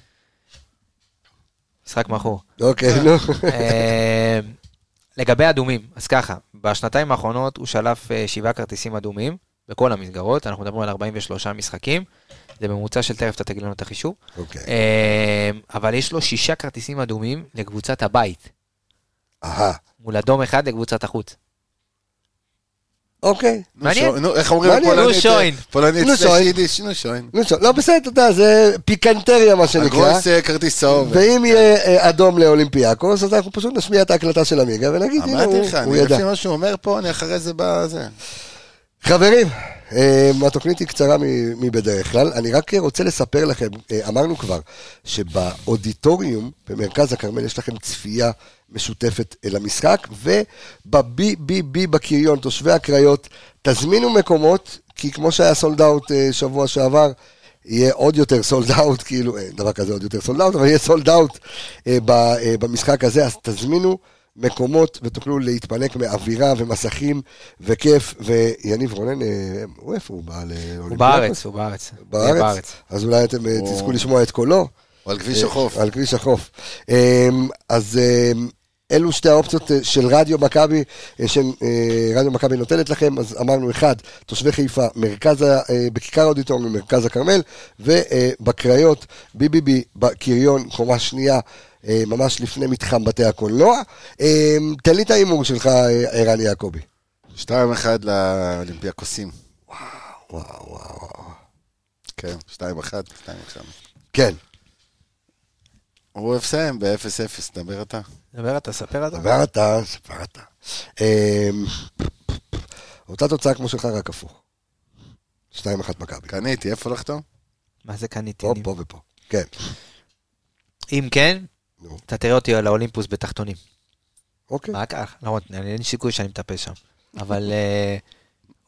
משחק מכור. אוקיי, נו. אה, לגבי אדומים, אז ככה, בשנתיים האחרונות הוא שלף אה, שבעה כרטיסים אדומים בכל המסגרות, אנחנו מדברים על ארבעים ושלושה משחקים, זה ממוצע של תכף, אתה תגיד לנו את החישוב, אוקיי. אה, אבל יש לו שישה כרטיסים אדומים לקבוצת הבית, אהה. מול אדום אחד לקבוצת החוץ. אוקיי. נו, מעניין. שו- נו, איך אומרים מעניין, בפולנית? נו, שוין. פולנית נו, סלש שוין. יידיש, נו שוין. נו, טוב, לא, בסדר, אתה יודע, זה פיקנטריה מה שנקרא. הגרויס אה, כרטיס צהוב. ואם יהיה אה, אדום לאולימפיאקוס, אז אנחנו פשוט נשמיע את ההקלטה של עמיגה ונגיד, הנה, אמרתי הוא לך, הוא אני ידע. לפי מה שהוא אומר פה, אני אחרי זה בזה. חברים, אה, התוכנית היא קצרה מ- מבדרך כלל, אני רק רוצה לספר לכם, אה, אמרנו כבר, שבאודיטוריום במרכז הכרמל יש לכם צפייה משותפת אל המשחק, וב-בי בי בי בקריון, תושבי הקריות, תזמינו מקומות, כי כמו שהיה סולד אאוט שבוע שעבר, יהיה עוד יותר סולד אאוט, כאילו, אין דבר כזה עוד יותר סולד אאוט, אבל יהיה סולד אאוט במשחק הזה, אז תזמינו מקומות ותוכלו להתפנק מאווירה ומסכים וכיף, ויניב רונן, אה, הוא איפה הוא בא לאולימפיאקוס? הוא בארץ, הוא בארץ. בארץ? בארץ. אז אולי אתם אה, הוא- תזכו לשמוע את קולו. או על כביש החוף. על כביש החוף. אמ, אז אמ, אלו שתי האופציות אה, של רדיו מכבי, אה, שרדיו מכבי נותנת לכם, אז אמרנו אחד, תושבי חיפה, מרכז, ה- אה, בכיכר האודיטוריום ממרכז הכרמל, ובקריות, בי בי בי בקריון, קומה שנייה, אה, ממש לפני מתחם בתי הקולנוע. אמ, תן לי את ההימור שלך, אה, ערן יעקבי. שתיים אחד לאולימפיאקוסים. וואו, וואו, וואו. כן, שתיים אחד, שתיים אחד. כן, הוא הפסיים ב-אפס אפס, דבר אתה. דבר אתה, ספר אתה. דבר אתה, ספר אתה. אמ, אותה תוצאה כמו שלך, רק הפוך. שתיים אחת מכבי. קניתי, איפה לחתום? מה זה קניתי? פה, אני- פה ופה. כן. אם כן, נו. אתה תראה אותי על האולימפוס בתחתונים. אוקיי. מה כך? לא, אין לי סיכוי שאני מטפס שם. אבל אה,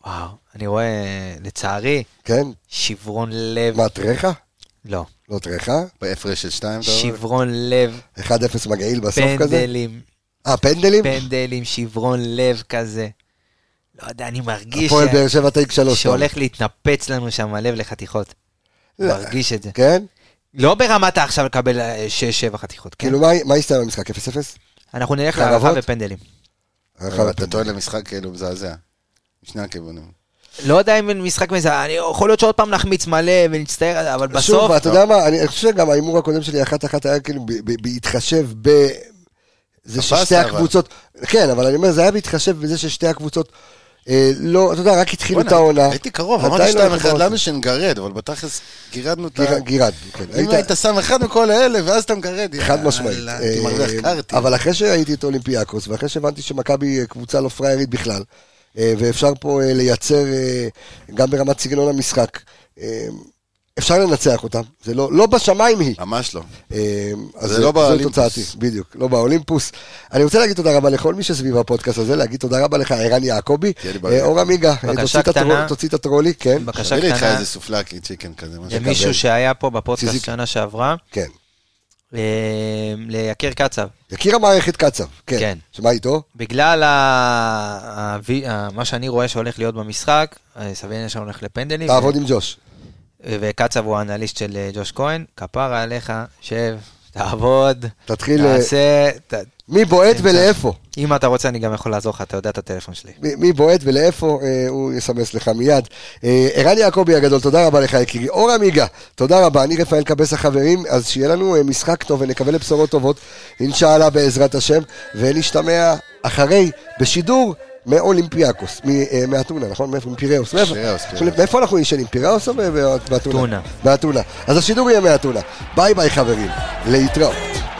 וואו, אני רואה, לצערי, כן? שברון לב. מה, טרחה? לא. לא טרחה? בהפרש של שתיים, אתה אומר? שברון לב. אחד אפס מגעיל בסוף כזה? פנדלים. אה, פנדלים? פנדלים, שברון לב כזה. לא יודע, אני מרגיש הפועל באר שבע טייק שלוש. שהולך להתנפץ לנו שם הלב לחתיכות. מרגיש את זה. כן? לא ברמת עכשיו לקבל שש שבע חתיכות. כאילו, מה יסתיים במשחק? אפס אפס? אנחנו נלך להערכה ופנדלים. אתה טוען למשחק כאילו מזעזע. משני הכיוונים. לא יודע אם משחק מזעזע, אני יכול להיות שעוד פעם נחמיץ מלא ונצטער, אבל בסוף... שוב, אתה יודע מה, אני חושב שגם האימור הקודם שלי אחת אחת היה כאילו בהתחשב ב... זה ששתי הקבוצות... כן, אבל אני אומר, זה היה בהתחשב בזה ששתי הקבוצות... לא, אתה יודע, רק התחילו את העונה. הייתי קרוב, אמרתי שתיים אחד, לנו שנגרד, אבל בתכלס גירדנו את ה... גירד, כן. אם היית שם אחד מכל האלה, ואז אתה מגרד. חד משמעית. אבל אחרי שהייתי את אולימפיאקוס, ואחרי שהבנתי שמכבי קבוצה לא פריירית בכלל, ואפשר פה לייצר, גם ברמת סגנון המשחק, אפשר לנצח אותם, זה לא, לא בשמיים היא. ממש לא. אז זה לא באולימפוס. בדיוק, לא באולימפוס. אני רוצה להגיד תודה רבה לכל מי שסביב הפודקאסט הזה, להגיד תודה רבה לך, ערן יעקבי, אור עמיגה, תוציא את הטרולי, כן. בקשה קטנה. קטנה. איזה סופלקי, צ'יקן כזה. למישהו שהיה פה בפודקאסט שנה שעברה. כן. ליקיר קצב. יקיר המערכת קצב, כן. כן. שמה איתו? בגלל מה שאני רואה שהולך להיות במשחק, סביר שאני הולך לפנדלים. תעבוד עם ג'וש. וקצב הוא האנליסט של ג'וש כהן, כפרה עליך, שב, תעבוד, תתחיל, תעשה... מי בועט ולאיפה? אם אתה רוצה אני גם יכול לעזור לך, אתה יודע את הטלפון שלי. מי בועט ולאיפה, הוא יסמס לך מיד. ערן יעקבי הגדול, תודה רבה לך יקירי. אור עמיגה, תודה רבה, אני רפאל קבס החברים, אז שיהיה לנו משחק טוב ונקווה לבשורות טובות, אינשאללה בעזרת השם, ונשתמע אחרי, בשידור, מאולימפיאקוס, מאתונה, נכון? מפיראוס. מאיפה אנחנו ישנים? פיראוס או באתונה? אתונה. באתונה. אז השידור יהיה מאתונה. ביי ביי חברים, להתראות.